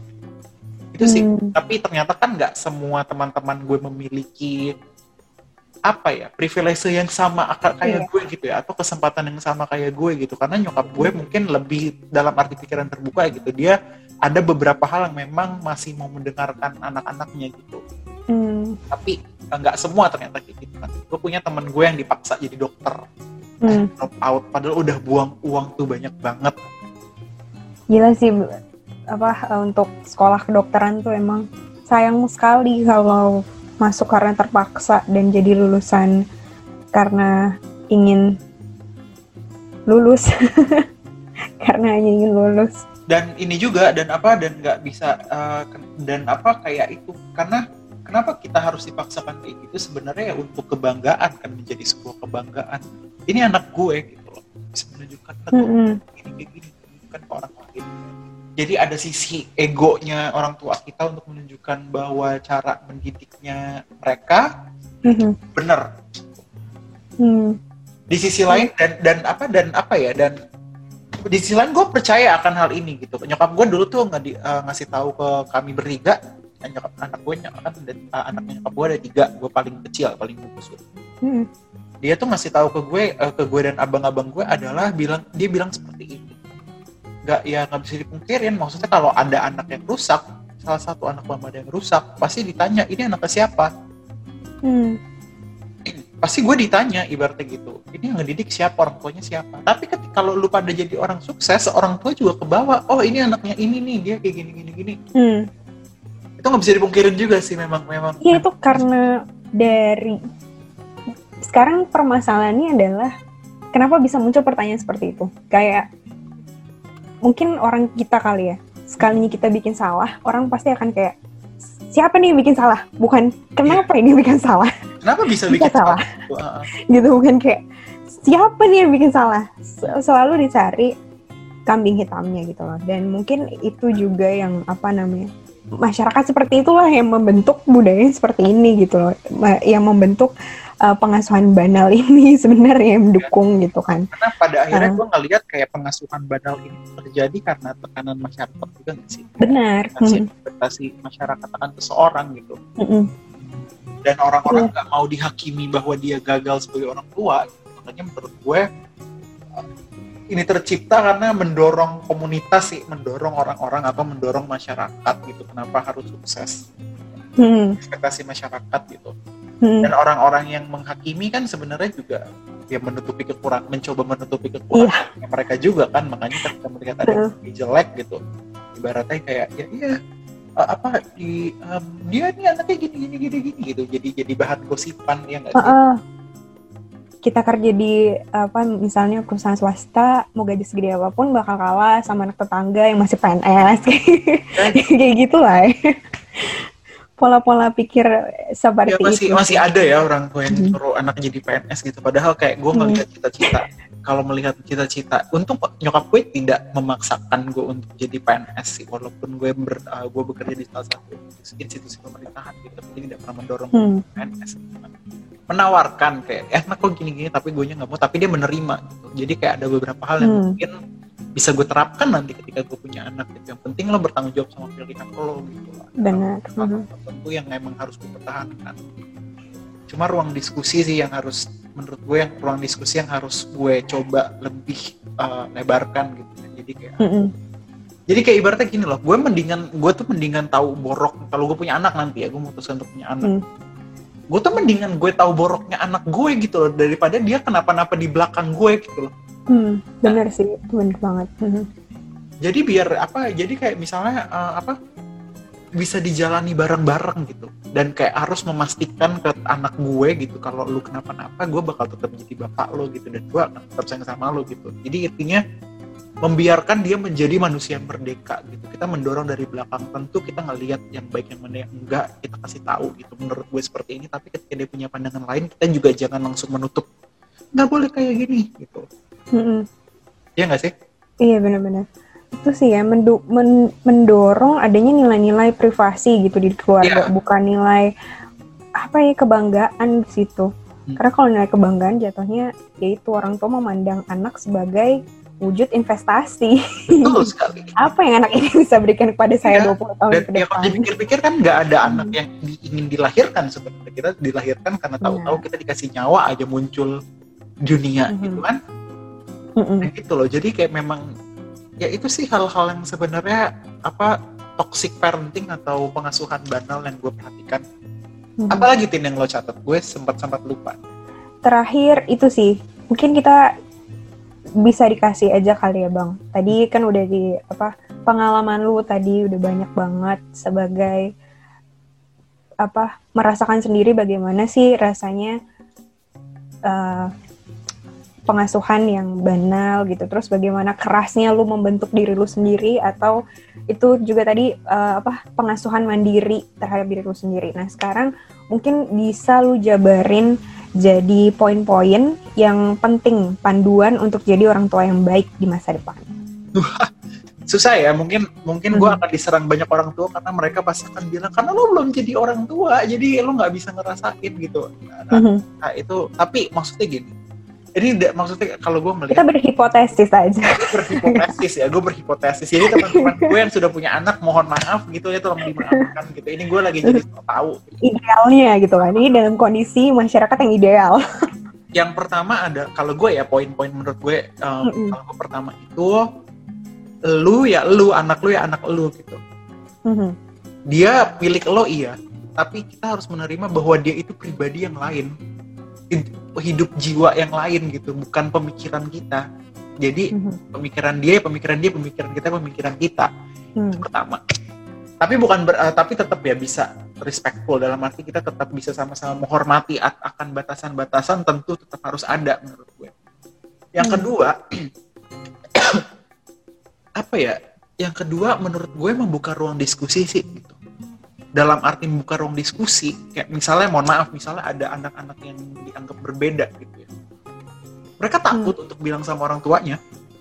Itu sih. Hmm. Tapi ternyata kan nggak semua teman-teman gue memiliki apa ya privilege yang sama kayak yeah. gue gitu ya, atau kesempatan yang sama kayak gue gitu. Karena nyokap gue mungkin lebih dalam arti pikiran terbuka gitu. Dia ada beberapa hal yang memang masih mau mendengarkan anak-anaknya gitu. Hmm. Tapi nggak semua ternyata kayak gitu kan. Gue punya teman gue yang dipaksa jadi dokter, hmm. drop out padahal udah buang uang tuh banyak banget. Gila sih, apa untuk sekolah kedokteran tuh emang sayang sekali kalau masuk karena terpaksa dan jadi lulusan karena ingin lulus karena hanya ingin lulus. Dan ini juga dan apa dan nggak bisa uh, dan apa kayak itu, karena kenapa kita harus dipaksakan kayak gitu sebenarnya ya untuk kebanggaan kan, menjadi sebuah kebanggaan. Ini anak gue gitu loh, bisa menunjukkan kan mm-hmm. gini kayak gini kan ke orang lain. Jadi ada sisi egonya orang tua kita untuk menunjukkan bahwa cara mendidiknya mereka mm-hmm. benar. Mm. Di sisi lain dan dan apa dan apa ya dan di sisi lain gue percaya akan hal ini gitu. Nyokap gue dulu tuh nggak uh, ngasih tahu ke kami bertiga. Nyokap anak gue nyokap kan uh, anaknya nyokap gue ada tiga, gue paling kecil paling bungsu. Mm. Dia tuh ngasih tahu ke gue uh, ke gue dan abang-abang gue adalah bilang dia bilang seperti ini. Nggak ya nggak bisa dipungkirin, maksudnya kalau ada anak yang rusak, salah satu anak mama ada yang rusak, pasti ditanya ini anaknya siapa. Hmm. pasti gue ditanya ibaratnya gitu, ini yang ngedidik siapa, orang tuanya siapa. Tapi ketika kalau lu pada jadi orang sukses, orang tua juga kebawa, oh ini anaknya ini nih, dia kayak gini gini gini. Hmm. Itu nggak bisa dipungkirin juga sih, memang memang. Iya, itu karena dari sekarang permasalahannya adalah kenapa bisa muncul pertanyaan seperti itu. Kayak mungkin orang kita kali ya, sekalinya kita bikin salah, orang pasti akan kayak, siapa nih yang bikin salah? Bukan kenapa yeah. ini bikin salah? Kenapa bisa bikin salah? salah? Gitu, bukan kayak siapa nih yang bikin salah? Selalu dicari kambing hitamnya gitu loh. Dan mungkin itu juga yang apa namanya, masyarakat seperti itulah yang membentuk budaya seperti ini gitu loh, yang membentuk uh, pengasuhan banal ini sebenarnya yang mendukung ya. Gitu kan. Karena pada akhirnya uh. gue ngelihat kayak pengasuhan banal ini terjadi karena tekanan masyarakat juga nggak sih? Benar. Ekspektasi hmm. masyarakat akan seseorang gitu. Hmm. Dan orang-orang nggak yeah. mau dihakimi bahwa dia gagal sebagai orang tua. Gitu. Makanya menurut gue ini tercipta karena mendorong komunitas sih, mendorong orang-orang atau mendorong masyarakat gitu. Kenapa harus sukses? Hmm. Ekspektasi masyarakat gitu. Hmm. Dan orang-orang yang menghakimi kan sebenarnya juga ya menutupi kekurangan, mencoba menutupi kekurangan yeah. mereka juga kan. Makanya ketika melihat ada yang uh. jelek gitu, ibaratnya kayak ya iya uh, apa di um, dia nih anaknya gini gini gini gini gitu. Jadi jadi bahan gosipan ya nggak sih? Uh-uh. Kita kerja di apa misalnya perusahaan swasta, mau gaji segede apapun bakal kalah sama anak tetangga yang masih P N S kayak gitu lah. Pola-pola pikir seperti ya, masih, itu masih ada ya orang tua yang hmm. suruh anak jadi P N S gitu. Padahal kayak gue ngelihat hmm. cita-cita, kalau melihat cita-cita, untung nyokap gue tidak memaksakan gue untuk jadi P N S sih, walaupun gue ber, uh, gue bekerja di salah satu institusi pemerintahan gitu, tapi dia tidak pernah mendorong hmm. P N S gitu. Menawarkan kayak eh anak kok gini-gini, tapi gue nya nggak mau, tapi dia menerima gitu. Jadi kayak ada beberapa hal yang hmm. mungkin bisa gue terapkan nanti ketika gue punya anak gitu. Yang penting lo bertanggung jawab sama pilihan lo gitu lah. Benar. Hal tertentu yang emang harus gue pertahankan. Cuma ruang diskusi sih yang harus, menurut gue yang ruang diskusi yang harus gue coba lebih uh, lebarkan gitu. Jadi kayak mm-hmm. jadi kayak ibaratnya gini loh, gue mendingan gue tuh mendingan tahu borok kalau gue punya anak nanti ya, gue memutuskan untuk punya anak. Mm. Gue tuh mendingan gue tahu boroknya anak gue gitu loh, daripada dia kenapa-napa di belakang gue gitu loh. Hmm, benar nah, sih, benar banget. Hmm. Jadi biar apa? Jadi kayak misalnya uh, apa? Bisa dijalani bareng-bareng gitu. Dan kayak harus memastikan ke anak gue gitu, kalau lu kenapa-napa, gue bakal tetap jadi bapak lo gitu, dan gue akan tetap sayang sama lo gitu. Jadi intinya membiarkan dia menjadi manusia yang merdeka gitu. Kita mendorong dari belakang, tentu kita ngelihat yang baik yang mana yang enggak, kita kasih tahu gitu. Menurut gue seperti ini, tapi ketika dia punya pandangan lain, kita juga jangan langsung menutup. Nggak boleh kayak gini gitu. Mm-hmm. Iya nggak sih? Iya benar-benar. Itu sih ya mendu- men- mendorong adanya nilai-nilai privasi gitu di keluarga, yeah. bukan nilai apa ya kebanggaan di situ. Hmm. Karena kalau nilai kebanggaan jatuhnya yaitu orang tua memandang anak sebagai wujud investasi. Betul sekali. Apa yang anak ini bisa berikan kepada saya yeah. dua puluh tahun dan ke depan. Ya kalau dipikir-pikir kan nggak ada hmm. anak yang ingin dilahirkan sebenarnya. Kita dilahirkan karena tahu-tahu kita dikasih nyawa aja muncul dunia mm-hmm. gitu kan. Mm-hmm. Nah, gitu loh. Jadi kayak memang ya itu sih hal-hal yang sebenarnya apa toxic parenting atau pengasuhan banal yang gue perhatikan. Mm-hmm. Apalagi Tin yang lo catat, gue sempat-sempat lupa. Terakhir itu sih, mungkin kita bisa dikasih aja kali ya Bang. Tadi kan udah di apa pengalaman lu tadi udah banyak banget sebagai apa merasakan sendiri bagaimana sih rasanya uh, pengasuhan yang banal gitu. Terus bagaimana kerasnya lu membentuk diri lu sendiri, atau itu juga tadi uh, apa pengasuhan mandiri terhadap diri lu sendiri. Nah, sekarang mungkin bisa lu jabarin jadi poin-poin yang penting panduan untuk jadi orang tua yang baik di masa depan. Susah ya, mungkin mungkin gue akan diserang banyak orang tua karena mereka pasti akan bilang karena lo belum jadi orang tua, jadi lo nggak bisa ngerasain gitu. Nah, mm-hmm. nah itu, tapi maksudnya gini. Jadi maksudnya kalau gue melihat kita berhipotesis aja. Gue berhipotesis ya, gue berhipotesis. Jadi teman-teman gue yang sudah punya anak, mohon maaf gitu ya, tolong dimaafkan gitu. Ini gue lagi jadi tahu. Gitu. Idealnya gitu kan, ini dalam kondisi masyarakat yang ideal. Yang pertama ada, kalau gue ya poin-poin menurut gue, um, mm-hmm. kalau gue pertama itu, lu ya lu, anak lu ya anak lu gitu. Mm-hmm. Dia milik lo iya, tapi kita harus menerima bahwa dia itu pribadi yang lain. hidup jiwa yang lain gitu, bukan pemikiran kita. Jadi mm-hmm. pemikiran dia, pemikiran dia, pemikiran kita, pemikiran kita. Mm. Itu pertama. Tapi bukan ber, uh, tapi tetap ya bisa respectful, dalam arti kita tetap bisa sama-sama menghormati akan batasan-batasan, tentu tetap harus ada menurut gue. Yang mm. kedua, apa ya? Yang kedua menurut gue membuka ruang diskusi sih gitu. Dalam arti membuka ruang diskusi, kayak misalnya mohon maaf, misalnya ada anak-anak yang dianggap berbeda gitu ya. Mereka takut hmm. untuk bilang sama orang tuanya.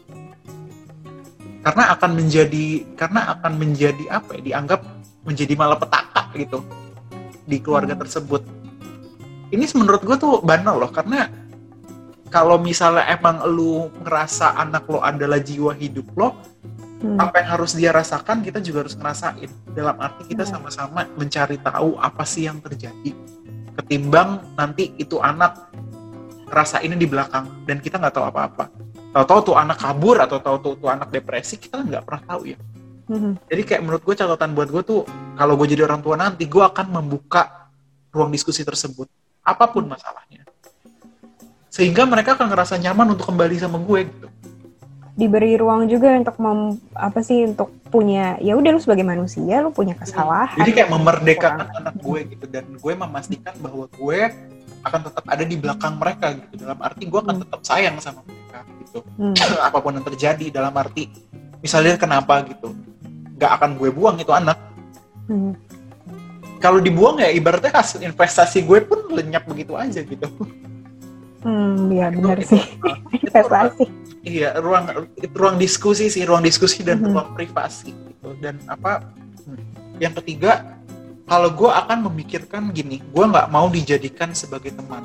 Karena akan menjadi karena akan menjadi apa ya? Dianggap menjadi malapetaka gitu di keluarga hmm. tersebut. Ini menurut gue tuh banal loh, karena kalau misalnya emang lu ngerasa anak lo adalah jiwa hidup lo, Hmm. apa yang harus dia rasakan kita juga harus ngerasain. Dalam arti kita sama-sama mencari tahu apa sih yang terjadi, ketimbang nanti itu anak ngerasainnya di belakang dan kita nggak tahu apa-apa. Tahu-tahu tuh anak kabur atau tahu-tahu tuh anak depresi, kita nggak pernah tahu ya. Hmm. Jadi kayak menurut gue catatan buat gue tuh, kalau gue jadi orang tua nanti, gue akan membuka ruang diskusi tersebut apapun masalahnya, sehingga mereka akan ngerasa nyaman untuk kembali sama gue gitu. Diberi ruang juga untuk mem, apa sih untuk punya, ya udah lu sebagai manusia lu punya kesalahan. Jadi kayak memerdekakan kurang. Anak gue gitu, dan gue memastikan bahwa gue akan tetap ada di belakang mereka gitu. Dalam arti gue akan hmm. tetap sayang sama mereka gitu. Hmm. Apapun yang terjadi, dalam arti misalnya kenapa gitu, nggak akan gue buang itu anak. Hmm. Kalau dibuang ya ibaratnya hasil investasi gue pun lenyap begitu aja gitu. Hmm, ya benar sih. Investasi. Iya, ruang ruang diskusi sih, ruang diskusi dan mm-hmm. ruang privasi gitu. Dan apa? Yang ketiga, kalau gue akan memikirkan gini, gue nggak mau dijadikan sebagai teman.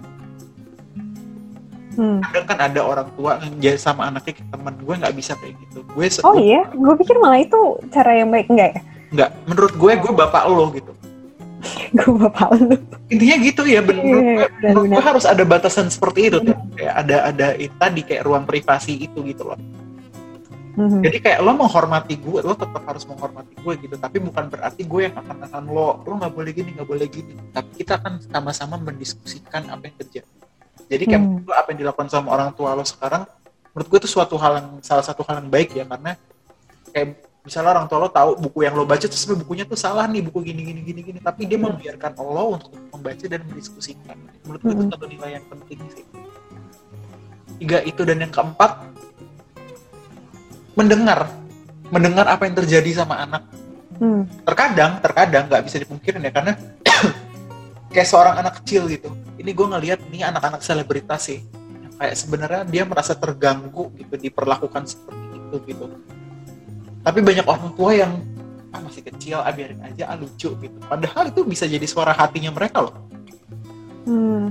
Hmm. Kadang kan ada orang tua yang jadi sama anaknya kayak teman, gue nggak bisa kayak gitu. Gue se- oh iya, gue pikir malah itu cara yang baik, enggak ya? Enggak, menurut gue, gue bapak lo gitu. Gue bapak lu. Intinya gitu ya, bener, yeah, menurut gue harus ada batasan seperti itu tuh. Kayak ada ada itu tadi kayak ruang privasi itu gitu loh. Mm-hmm. Jadi kayak lo menghormati gue, lo tetap harus menghormati gue gitu. Tapi bukan berarti gue yang akan akan lo, lo nggak boleh gini, nggak boleh gini. Tapi kita akan sama-sama mendiskusikan apa yang terjadi. Jadi kayak mm. menurut gue apa yang dilakukan sama orang tua lo sekarang, menurut gue itu suatu hal yang salah satu hal yang baik ya, karena kayak misalnya orang tua lo tahu buku yang lo baca terus bukunya tuh salah nih, buku gini gini gini gini, tapi dia membiarkan lo untuk membaca dan mendiskusikan. Menurut gue mm-hmm. itu satu nilai yang penting sih. Tiga itu, dan yang keempat, mendengar, mendengar apa yang terjadi sama anak. Mm. Terkadang, terkadang nggak bisa dipungkirin ya, karena kayak seorang anak kecil gitu. Ini gue ngelihat nih anak-anak selebritas sih, kayak sebenarnya dia merasa terganggu gitu diperlakukan seperti itu gitu. Tapi banyak orang tua yang ah masih kecil, ah biarin aja, ah lucu gitu. Padahal itu bisa jadi suara hatinya mereka loh. Hmm.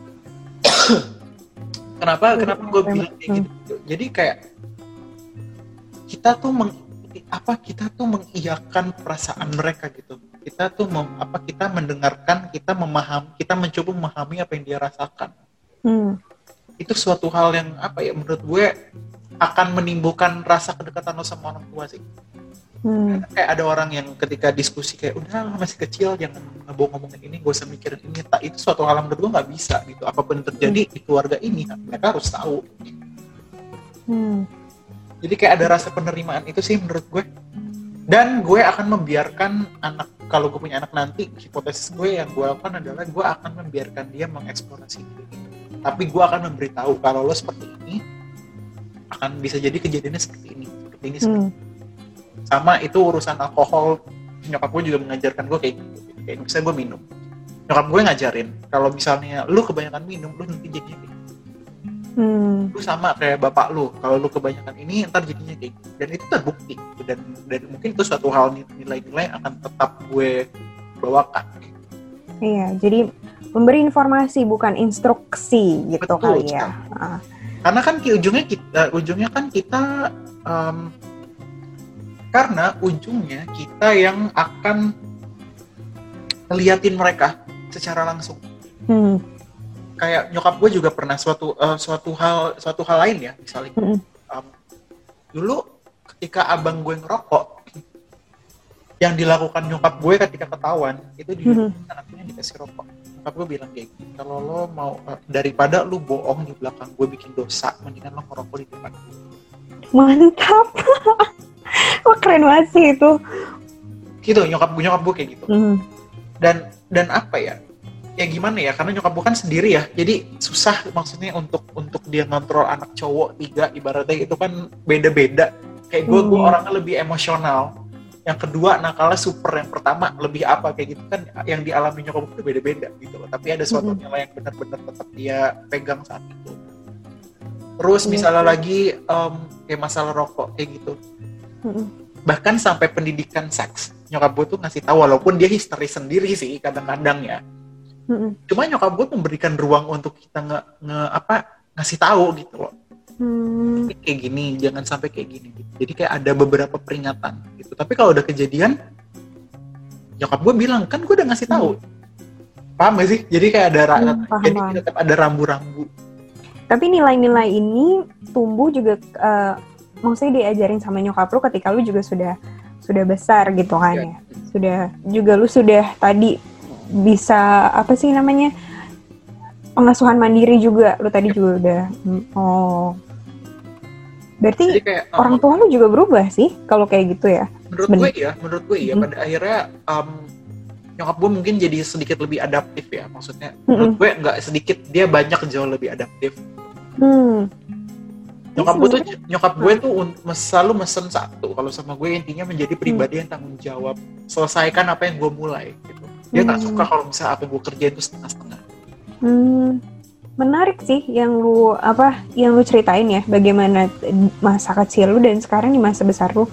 kenapa hmm. kenapa gue bilang kayak gitu? Jadi kayak kita tuh meng, apa kita tuh mengiyakan perasaan mereka gitu. Kita tuh mem, apa kita mendengarkan, kita memahami, kita mencoba memahami apa yang dia rasakan. Hmm. Itu suatu hal yang apa ya, menurut gue akan menimbulkan rasa kedekatan lo sama orang tua sih. Hmm. Kayak ada orang yang ketika diskusi kayak udah masih kecil, jangan ngomong-ngomongin ini, gak usah mikirin ini. Tak, itu suatu hal yang menurut gue nggak bisa gitu. Apapun yang terjadi hmm. di keluarga ini, mereka harus tahu. Hmm. Jadi kayak ada rasa penerimaan itu sih menurut gue. Dan gue akan membiarkan anak, kalau gue punya anak nanti, hipotesis gue yang gue lakukan adalah gue akan membiarkan dia mengeksplorasi itu. Tapi gue akan memberitahu kalau lo seperti ini, akan bisa jadi kejadiannya seperti ini, seperti ini, seperti hmm. ini. Sama itu urusan alkohol, nyokap gue juga mengajarkan gue kayak gitu. Kayak misalnya gue minum, nyokap gue ngajarin kalau misalnya lu kebanyakan minum, lu nanti jadinya kayak gitu. Hmm. Lu sama kayak bapak lu, kalau lu kebanyakan ini ntar jadinya kayak gitu. Dan itu terbukti gitu. dan dan mungkin itu suatu hal nilai-nilai yang akan tetap gue bawakan. Iya, jadi memberi informasi bukan instruksi gitu. Betul, kali ya. Ah. Karena kan ujungnya kita, ujungnya kan kita, um, karena ujungnya kita yang akan ngeliatin mereka secara langsung. Hmm. Kayak nyokap gue juga pernah suatu uh, suatu hal suatu hal lain ya, misalnya hmm. um, dulu ketika abang gue ngerokok, yang dilakukan nyokap gue ketika ketahuan itu di hmm. anaknya dikasih rokok. nyokap gue bilang kayak gitu, kalau lo mau uh, daripada lu bohong di belakang gue bikin dosa, mendingan lo ngerokok di depan gue. Mantap. Wah, keren banget sih itu. Gitu nyokap gue nyokap gue kayak gitu. Mm. Dan dan apa ya? Ya gimana ya? Karena nyokap gue kan sendiri ya, jadi susah maksudnya untuk untuk dia ngontrol anak cowok tiga, ibaratnya itu kan beda-beda. Kayak gue, gue Hmm. orangnya lebih emosional. Yang kedua nakalnya super, yang pertama lebih apa kayak gitu kan, yang dialami nyokap gue itu beda-beda gitu loh. Tapi ada suatu Mm-mm. nilai yang benar-benar tetap dia pegang saat itu. Terus Iya misalnya sih. lagi um, kayak masalah rokok kayak gitu. Mm-mm. Bahkan sampai pendidikan seks, nyokap gue tuh ngasih tahu, walaupun dia histeris sendiri sih kadang-kadang ya. Mm-mm. Cuma nyokap gue memberikan ruang untuk kita nge, nge apa ngasih tahu gitu loh. Hmm. Ini kayak gini, jangan sampai kayak gini gitu. Jadi kayak ada beberapa peringatan gitu. Tapi kalau udah kejadian, nyokap gue bilang, kan gue udah ngasih tahu. Paham gak sih? Jadi kayak ada ra- Hmm, paham, jadi paham. tetap ada rambu-rambu. Tapi nilai-nilai ini tumbuh juga, eh, maksudnya diajarin sama nyokap lu ketika lu juga sudah sudah besar gitu kan Ya. ya. Sudah juga lu sudah tadi bisa apa sih namanya, pengasuhan mandiri juga lu tadi Ya. juga udah. Oh, berarti Jadi kayak orang uh, tua lu juga berubah sih kalau kayak gitu ya. menurut Bener. gue ya, menurut gue ya, Mhm. pada akhirnya um, nyokap gue mungkin jadi sedikit lebih adaptif ya. Maksudnya menurut gue nggak sedikit, dia banyak jauh lebih adaptif. Hmm. Nyokap gue tuh nyokap gue Hmm. tuh un- mes- selalu mesen satu, kalau sama gue intinya menjadi pribadi yang tanggung jawab, selesaikan apa yang gue mulai gitu. Dia nggak Hmm. suka kalau misalnya apa yang gue kerjain itu setengah-setengah. Hmm, menarik sih yang lu apa yang lu ceritain ya, bagaimana masa kecil lu dan sekarang di masa besar lu,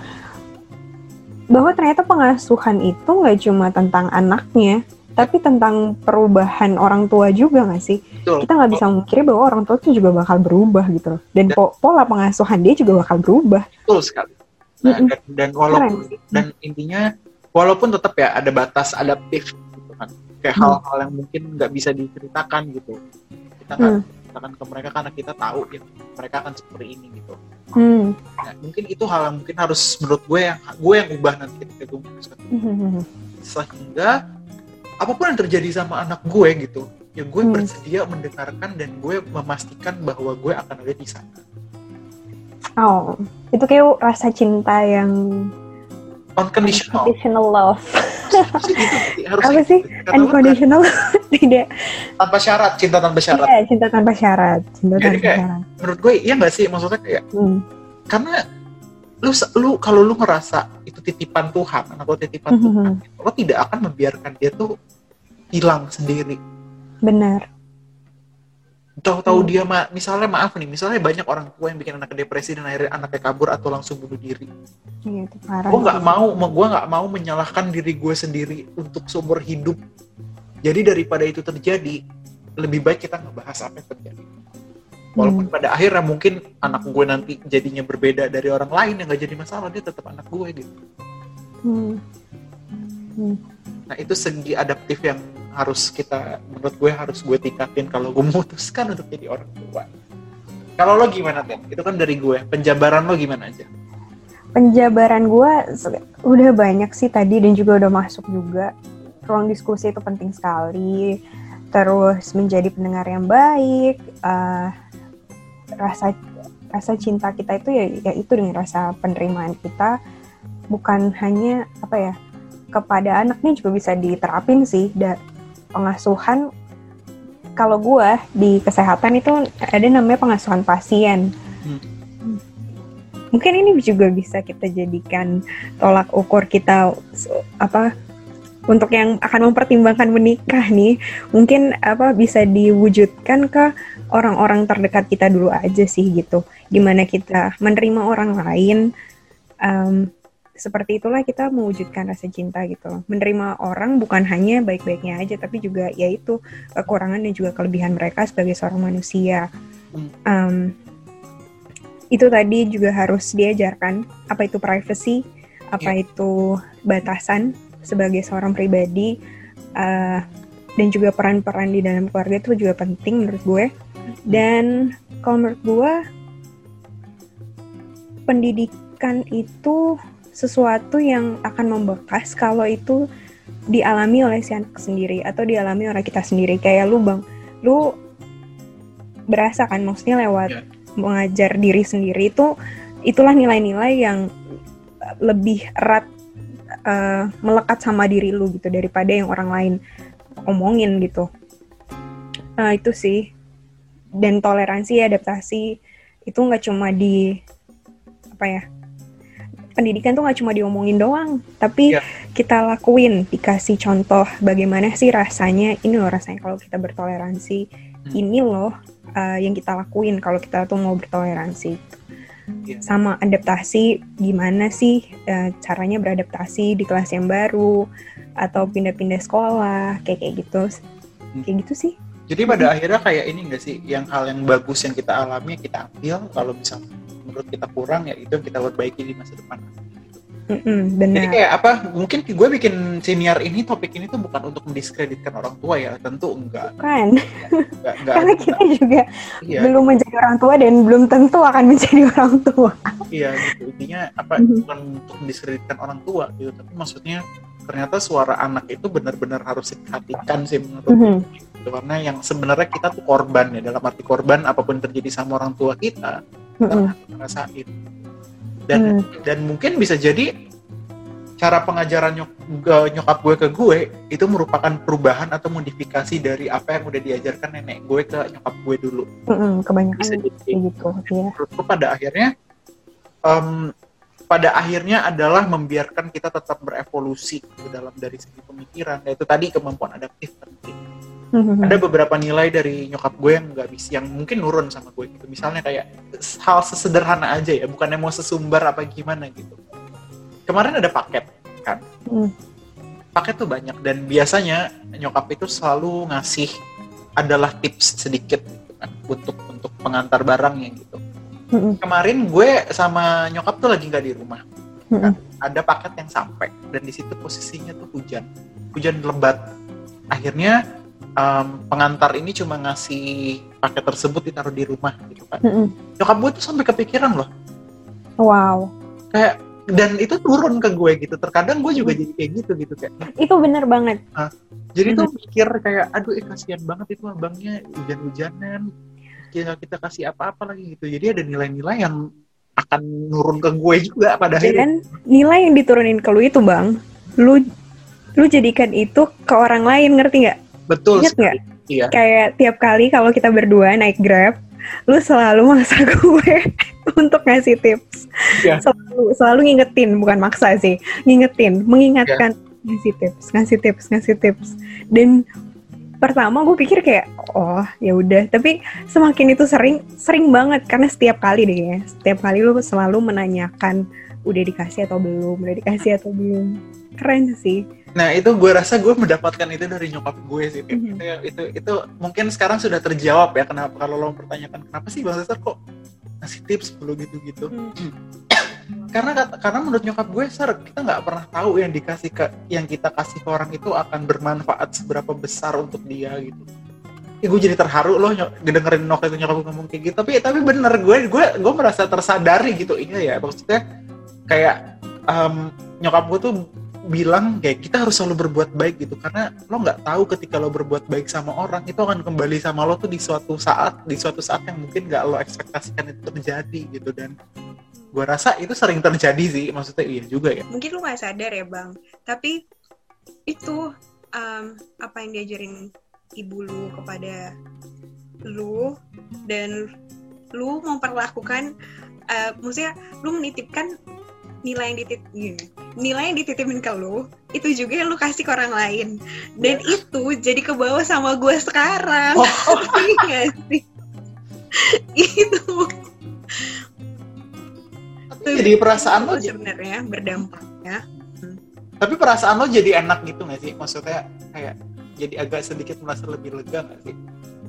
bahwa ternyata pengasuhan itu nggak cuma tentang anaknya, tapi tentang perubahan orang tua juga nggak sih? Betul. Kita nggak bisa memungkiri bahwa orang tua itu juga bakal berubah gitu loh, dan Dan- po- pola pengasuhan dia juga bakal berubah. Betul sekali. Nah, Mm-mm. dan, dan walaupun Keren sih. dan intinya walaupun tetap ya ada batas adaptif gitu kan. Kayak Hmm. hal-hal yang mungkin nggak bisa diceritakan gitu. Kita nggak Hmm. ceritakan ke mereka karena kita tahu ya mereka akan seperti ini gitu. Hmm. Nah, mungkin itu hal yang mungkin harus menurut gue yang gue yang ubah nanti ketika gue memutuskan. Hmm. Sehingga apapun yang terjadi sama anak gue gitu, ya gue Hmm. bersedia mendengarkan dan gue memastikan bahwa gue akan ada di sana. Oh, itu kayak rasa cinta yang Unconditional. unconditional love. Harusnya gitu, berarti. Harusnya Apa sih? gitu. Kata lo kan, Unconditional tidak. tanpa syarat, cinta tanpa syarat. Iya, cinta tanpa syarat. Cinta Jadi tanpa kayak- syarat. Menurut gue iya nggak sih, maksudnya kayak Hmm. karena lu lu kalau lu ngerasa itu titipan Tuhan, anak lo titipan Mhm. Tuhan, lo tidak akan membiarkan dia tuh hilang sendiri. Benar. Tahu-tahu Hmm. dia ma- misalnya maaf nih, misalnya banyak orang tua yang bikin anaknya depresi dan akhirnya anaknya kabur atau langsung bunuh diri. Iya, itu parah. Gue nggak sih. mau, gue nggak mau menyalahkan diri gue sendiri untuk seumur hidup. Jadi daripada itu terjadi, lebih baik kita ngebahas apa yang terjadi. Walaupun Hmm. pada akhirnya mungkin anak gue nanti jadinya berbeda dari orang lain yang nggak jadi masalah, dia tetap anak gue gitu. Hmm. Hmm. Nah itu segi adaptif yang harus kita, menurut gue harus gue tingkatin kalau gue memutuskan untuk jadi orang tua. Kalau lo gimana, Ten? Itu kan dari gue. Penjabaran lo gimana aja? Penjabaran gue se- udah banyak sih tadi dan juga udah masuk juga. Ruang diskusi itu penting sekali. Terus menjadi pendengar yang baik. eh, rasa rasa cinta kita itu ya, ya itu dengan rasa penerimaan kita, bukan hanya apa ya, kepada anaknya juga bisa diterapin sih. Da, pengasuhan, kalau gue di kesehatan itu ada namanya pengasuhan pasien. Hmm. Mungkin ini juga bisa kita jadikan tolak ukur kita so- apa untuk yang akan mempertimbangkan menikah nih. Mungkin apa bisa diwujudkan ke orang-orang terdekat kita dulu aja sih gitu. Gimana kita menerima orang lain, em, seperti itulah kita mewujudkan rasa cinta gitu. Menerima orang bukan hanya baik-baiknya aja, tapi juga yaitu kekurangan dan juga kelebihan mereka sebagai seorang manusia. Em, itu tadi juga harus diajarkan apa itu privacy, apa Iya. itu batasan sebagai seorang pribadi, eh, dan juga peran-peran di dalam keluarga itu juga penting menurut gue. Dan kalau menurut gue, pendidikan itu sesuatu yang akan membekas kalau itu dialami oleh si anak sendiri atau dialami oleh kita sendiri. Kayak lu bang, lu berasa kan maksudnya lewat yeah. mengajar diri sendiri itu, itulah nilai-nilai yang lebih erat uh, melekat sama diri lu gitu daripada yang orang lain omongin gitu. Uh, itu sih. Dan toleransi, adaptasi itu nggak cuma di apa ya, pendidikan tuh nggak cuma diomongin doang, tapi yeah. kita lakuin, dikasih contoh bagaimana sih rasanya, ini loh rasanya kalau kita bertoleransi, hmm. ini loh uh, yang kita lakuin kalau kita tuh mau bertoleransi. Yeah. Sama adaptasi, gimana sih uh, caranya beradaptasi di kelas yang baru atau pindah-pindah sekolah, kayak kayak gitu, hmm. kayak gitu sih. Jadi pada akhirnya kayak ini nggak sih, yang hal yang bagus yang kita alami kita ambil, kalau misalnya menurut kita kurang ya itu yang kita perbaiki di masa depan. Mm-mm, benar. Jadi kayak apa? Mungkin gue bikin senior ini, topik ini tuh bukan untuk mendiskreditkan orang tua ya, tentu enggak. Kan? Enggak, enggak. Karena kita enggak. juga iya. belum menjadi orang tua dan belum tentu akan menjadi orang tua. Iya gitu. Intinya apa? Mm-hmm. Bukan untuk mendiskreditkan orang tua gitu, tapi maksudnya ternyata suara anak itu benar-benar harus diperhatikan sih menurut mm-hmm. gue. Karena yang sebenarnya kita tuh korban ya, dalam arti korban apapun terjadi sama orang tua kita, kita mm-hmm. harus ngerasain. Dan mm. dan mungkin bisa jadi cara pengajaran nyok, nyokap gue ke gue itu merupakan perubahan atau modifikasi dari apa yang udah diajarkan nenek gue ke nyokap gue dulu. Mm-hmm. Kebanyakan bisa jadi gitu. Ya. Menurutku pada akhirnya, um, pada akhirnya adalah membiarkan kita tetap berevolusi ke dalam dari segi pemikiran, yaitu tadi kemampuan adaptif penting. Mm-hmm. Ada beberapa nilai dari nyokap gue yang nggak bisa, yang mungkin nurun sama gue gitu. Misalnya kayak hal sesederhana aja ya, bukannya mau sesumbar apa gimana gitu. Kemarin ada paket kan, mm. paket tuh banyak dan biasanya nyokap itu selalu ngasih adalah tips sedikit gitu kan, untuk untuk pengantar barangnya gitu. Mm-hmm. Kemarin gue sama nyokap tuh lagi nggak di rumah, mm-hmm. kan? Ada paket yang sampai dan di situ posisinya tuh hujan, hujan lebat. Akhirnya Um, pengantar ini cuma ngasih paket tersebut ditaruh di rumah gitu kan. Mm-hmm. Nyokap gue tuh sampai kepikiran loh. Wow. Kayak dan itu turun ke gue gitu. Terkadang gue juga mm-hmm. jadi kayak gitu gitu kayak. Itu benar banget. Nah, jadi mm-hmm. tuh mikir kayak aduh eh kasihan banget itu abangnya hujan-hujanan. Kita kita kasih apa-apa lagi gitu. Jadi ada nilai-nilai yang akan nurun ke gue juga pada akhirnya. Dan nilai yang diturunin ke lu itu bang, lu lu jadikan itu ke orang lain, ngerti nggak? Betul. Ingat nggak? Iya. Kayak tiap kali kalau kita berdua naik Grab, lu selalu maksa gue untuk ngasih tips. Iya. Selalu, selalu ngingetin, bukan maksa sih, ngingetin, mengingatkan, iya. ngasih tips, ngasih tips, ngasih tips. Dan pertama gue pikir kayak, oh ya udah. Tapi semakin itu sering, sering banget karena setiap kali deh ya, setiap kali lu selalu menanyakan, udah dikasih atau belum, udah dikasih atau belum. Keren sih. Nah itu gue rasa gue mendapatkan itu dari nyokap gue sih. Mm-hmm. itu, itu itu mungkin sekarang sudah terjawab ya kenapa kalau lo mempertanyakan kenapa sih Bang Cesar kok ngasih tips dulu gitu-gitu. Mm-hmm. karena karena menurut nyokap gue Sar, kita nggak pernah tahu yang dikasih ke yang kita kasih ke orang itu akan bermanfaat seberapa besar untuk dia gitu. Ya, gue jadi terharu loh nyok, dengerin waktu itu nyokap gue ngomong kayak gitu. Tapi tapi bener gue gue gue merasa tersadari gitu. Iya ya maksudnya kayak um, nyokap gue tuh bilang kayak kita harus selalu berbuat baik gitu karena lo nggak tahu ketika lo berbuat baik sama orang itu akan kembali sama lo tuh di suatu saat di suatu saat yang mungkin nggak lo ekspektasikan itu terjadi gitu. Dan gue rasa itu sering terjadi sih, maksudnya iya juga ya. Mungkin lo nggak sadar ya bang, tapi itu um, apa yang diajarin ibu lu kepada lu dan lu memperlakukan uh, maksudnya lu menitipkan nilai yang dititip, nilai yang dititipin ke lu itu juga yang lu kasih ke orang lain dan yeah. itu jadi ke bawah sama gue sekarang. Oh. Iya sih. Itu. Tapi jadi perasaan lo sebenarnya berdampak ya. Hmm. Tapi perasaan lo jadi enak gitu nggak sih? Maksudnya kayak jadi agak sedikit merasa lebih lega nggak sih?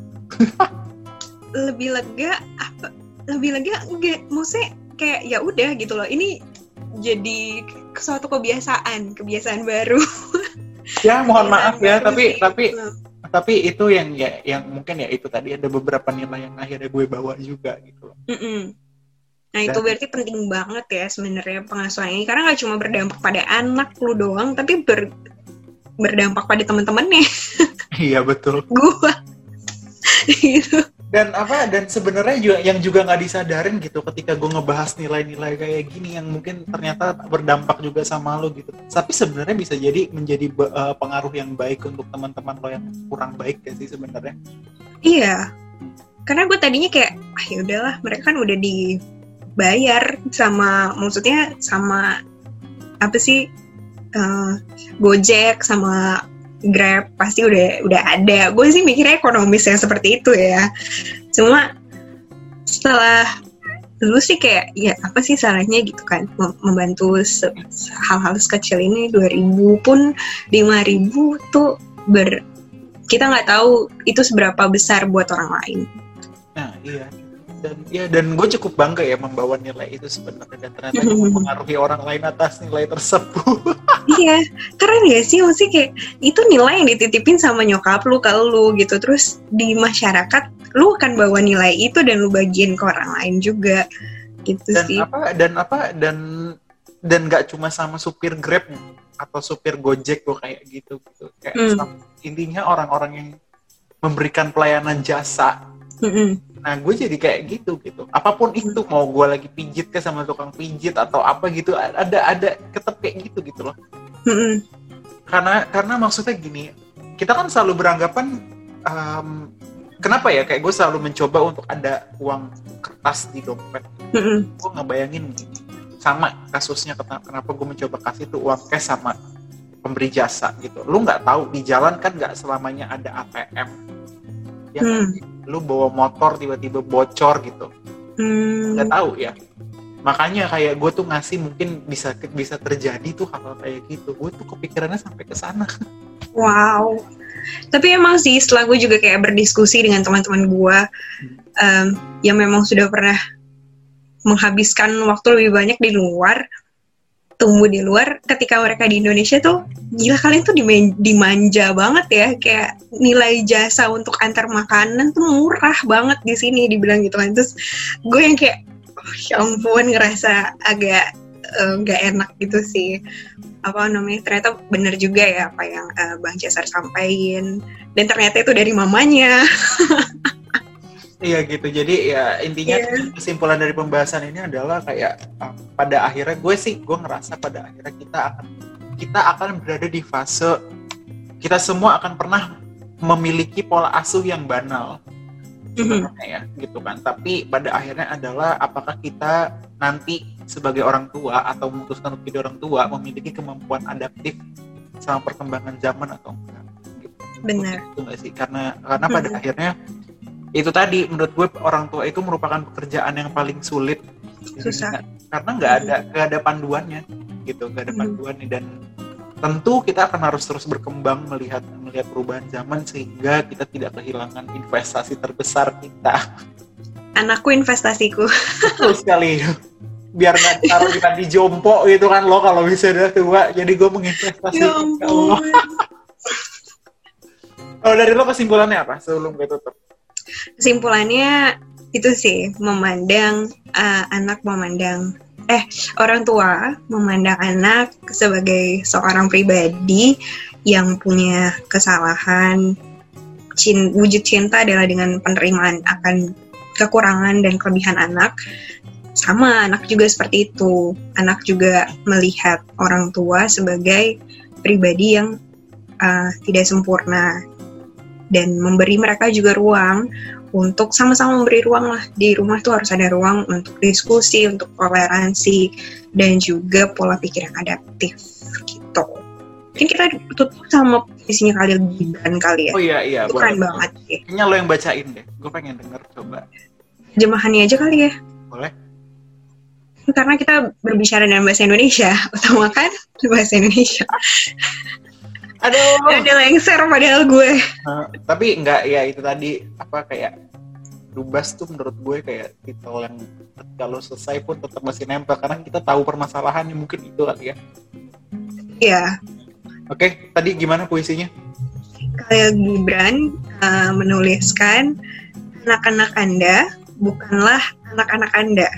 Lebih lega apa? Lebih lega enggak? Maksudnya kayak ya udah gitu loh. Ini jadi suatu kebiasaan, kebiasaan baru. Ya, mohon maaf ya, tapi sih. tapi hmm. tapi itu yang ya yang mungkin ya itu tadi ada beberapa nilai yang akhirnya gue bawa juga gitu. Mm-mm. Nah, dan itu berarti penting banget ya sebenarnya pengasuhan ini karena nggak cuma berdampak pada anak lu doang, tapi ber, berdampak pada teman-temannya. Iya betul. Gue gitu. Dan apa dan sebenarnya juga yang juga nggak disadarin gitu ketika gue ngebahas nilai-nilai kayak gini yang mungkin ternyata berdampak juga sama lo gitu. Tapi sebenarnya bisa jadi menjadi uh, pengaruh yang baik untuk teman-teman lo yang kurang baik ya sih sebenarnya. Iya. Karena gue tadinya kayak ah ya udahlah, mereka kan udah dibayar sama, maksudnya sama apa sih uh, Gojek sama Grab pasti udah udah ada. Gue sih mikirnya ekonomis yang seperti itu ya. Cuma setelah dulu sih kayak ya apa sih salahnya gitu kan, membantu se- hal-hal sekecil ini. Dua ribu pun lima ribu tuh ber kita nggak tahu itu seberapa besar buat orang lain. Nah iya. Dan ya dan gue cukup bangga ya membawa nilai itu sebenarnya, dan ternyata mempengaruhi orang lain atas nilai tersebut. Iya, keren ya sih, maksudnya kayak itu nilai yang dititipin sama nyokap lu ke lu gitu, terus di masyarakat lu akan bawa nilai itu dan lu bagiin ke orang lain juga gitu dan sih. Apa dan apa dan dan nggak cuma sama supir Grab atau supir Gojek gue kayak gitu gitu kayak hmm. sama, intinya orang-orang yang memberikan pelayanan jasa. Mm-mm. Nah gue jadi kayak gitu gitu apapun itu, mau gue lagi pijit ke sama tukang pijit atau apa gitu, ada ada ketep kayak gitu gitu loh. Mm-mm. karena karena maksudnya gini, kita kan selalu beranggapan um, kenapa ya kayak gue selalu mencoba untuk ada uang kertas di dompet. Mm-mm. Gue ngebayangin gini, sama kasusnya kenapa gue mencoba kasih tuh uang cash sama pemberi jasa gitu. Lu nggak tahu di jalan kan nggak selamanya ada A T M ya kan? Hmm. Lu bawa motor tiba-tiba bocor gitu, nggak hmm. tahu ya. Makanya kayak gue tuh ngasih mungkin bisa bisa terjadi tuh hal-hal kayak gitu. Gue tuh kepikirannya sampai ke sana. Wow. Tapi emang sih setelah gue juga kayak berdiskusi dengan teman-teman gue hmm. um, yang memang sudah pernah menghabiskan waktu lebih banyak di luar, tumbuh di luar, ketika mereka di Indonesia tuh gila, kalian tuh dimanja banget ya, kayak nilai jasa untuk antar makanan tuh murah banget di sini, dibilang gitu kan. Terus gue yang kayak oh, ya ampun, ngerasa agak nggak uh, enak gitu sih. Apa namanya, ternyata bener juga ya apa yang uh, Bang Cesar sampaikan, dan ternyata itu dari mamanya. Iya gitu, jadi ya intinya yeah. kesimpulan dari pembahasan ini adalah kayak uh, pada akhirnya gue sih gue ngerasa pada akhirnya kita akan kita akan berada di fase kita semua akan pernah memiliki pola asuh yang banal sebenarnya mm-hmm. ya gitu kan. Tapi pada akhirnya adalah apakah kita nanti sebagai orang tua atau memutuskan untuk jadi orang tua memiliki kemampuan adaptif sama perkembangan zaman atau enggak gitu. Benar. Itu enggak sih, karena karena pada mm-hmm. akhirnya itu tadi menurut gue orang tua itu merupakan pekerjaan yang paling sulit. Susah. Karena nggak ada nggak ada panduannya gitu, nggak ada hmm. panduannya, dan tentu kita akan harus terus berkembang melihat melihat perubahan zaman sehingga kita tidak kehilangan investasi terbesar kita. Anakku investasiku. Betul sekali. Biar nggak taruh kita di jompo gitu kan lo kalau bisa udah tua, jadi gue menginvestasi. Ya Allah. Oh, dari lo kesimpulannya apa sebelum gue tutup? Kesimpulannya itu sih, memandang uh, anak memandang eh orang tua memandang anak sebagai seorang pribadi yang punya kesalahan. Cin, wujud cinta adalah dengan penerimaan akan kekurangan dan kelebihan anak. Sama, anak juga seperti itu. Anak juga melihat orang tua sebagai pribadi yang uh, tidak sempurna, dan memberi mereka juga ruang untuk sama-sama memberi ruang lah. Di rumah tuh harus ada ruang untuk diskusi, untuk toleransi, dan juga pola pikir yang adaptif gitu. Mungkin kita tutup sama isinya Khalil Gibran kali ya. Oh iya, iya. Itu keren banget sih. Kayaknya lo yang bacain deh, gue pengen denger, coba. Jemahannya aja kali ya. Boleh. Karena kita berbicara dalam bahasa Indonesia, utamakan bahasa Indonesia. Aduh, udah lengser padahal gue. Uh, tapi enggak ya, itu tadi apa kayak Dubas tuh menurut gue kayak titel yang kalau selesai pun tetap masih nempel karena kita tahu permasalahannya, mungkin itu kali ya. Iya. Oke, okay, tadi gimana puisinya? Khalil Gibran uh, menuliskan, anak-anak Anda bukanlah anak-anak Anda.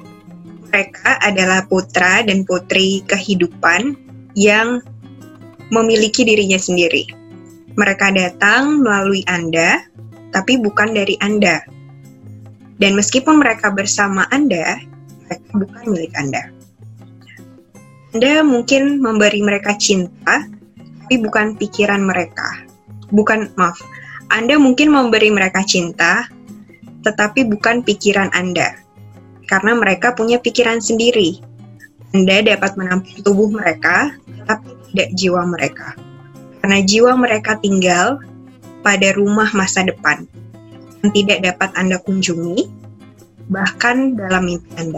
Mereka adalah putra dan putri kehidupan yang memiliki dirinya sendiri. Mereka datang melalui Anda, tapi bukan dari Anda. Dan meskipun mereka bersama Anda, mereka bukan milik Anda. Anda mungkin memberi mereka cinta, tapi bukan pikiran mereka. Bukan, maaf. Anda mungkin memberi mereka cinta, tetapi bukan pikiran Anda. Karena mereka punya pikiran sendiri. Anda dapat menampung tubuh mereka, tetapi tidak jiwa mereka. Karena jiwa mereka tinggal pada rumah masa depan yang tidak dapat Anda kunjungi, bahkan dalam mimpi Anda.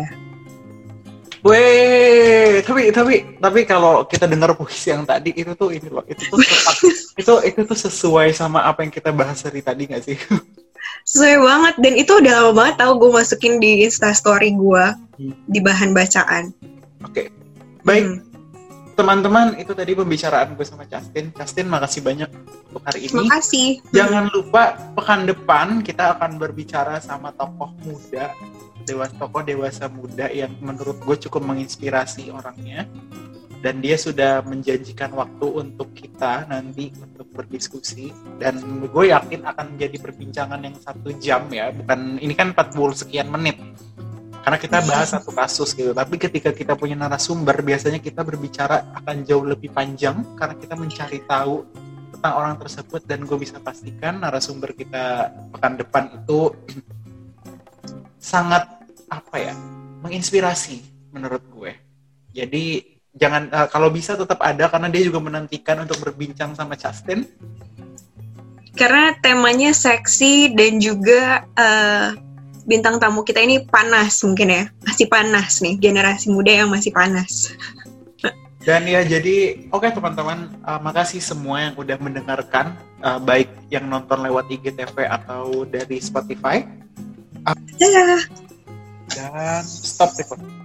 Weh, tapi tapi tapi kalau kita dengar puisi yang tadi itu tuh ini loh, itu tuh tepat, itu itu tuh sesuai sama apa yang kita bahas dari tadi nggak sih? Sesuai banget, dan itu udah lama banget tau gue masukin di Instastory gue hmm. di bahan bacaan. Oke, okay. Baik. Hmm. Teman-teman, itu tadi pembicaraan gue sama Justin. Justin, makasih banyak untuk hari ini. Makasih. Jangan lupa pekan depan kita akan berbicara sama tokoh muda, dewasa tokoh dewasa muda yang menurut gue cukup menginspirasi orangnya, dan dia sudah menjanjikan waktu untuk kita nanti untuk berdiskusi, dan gue yakin akan menjadi perbincangan yang satu jam ya, bukan ini kan empat puluh sekian menit. Karena kita bahas satu kasus gitu, tapi ketika kita punya narasumber, biasanya kita berbicara akan jauh lebih panjang karena kita mencari tahu tentang orang tersebut, dan gue bisa pastikan narasumber kita pekan depan itu sangat apa ya, menginspirasi menurut gue. Jadi jangan uh, kalau bisa tetap ada, karena dia juga menantikan untuk berbincang sama Justin. Karena temanya seksi dan juga uh... bintang tamu kita ini panas mungkin ya, masih panas nih, generasi muda yang masih panas. Dan ya jadi, oke okay, teman-teman, uh, makasih semua yang udah mendengarkan, uh, baik yang nonton lewat I G T V atau dari Spotify. Uh, Dadah. Dan stop record.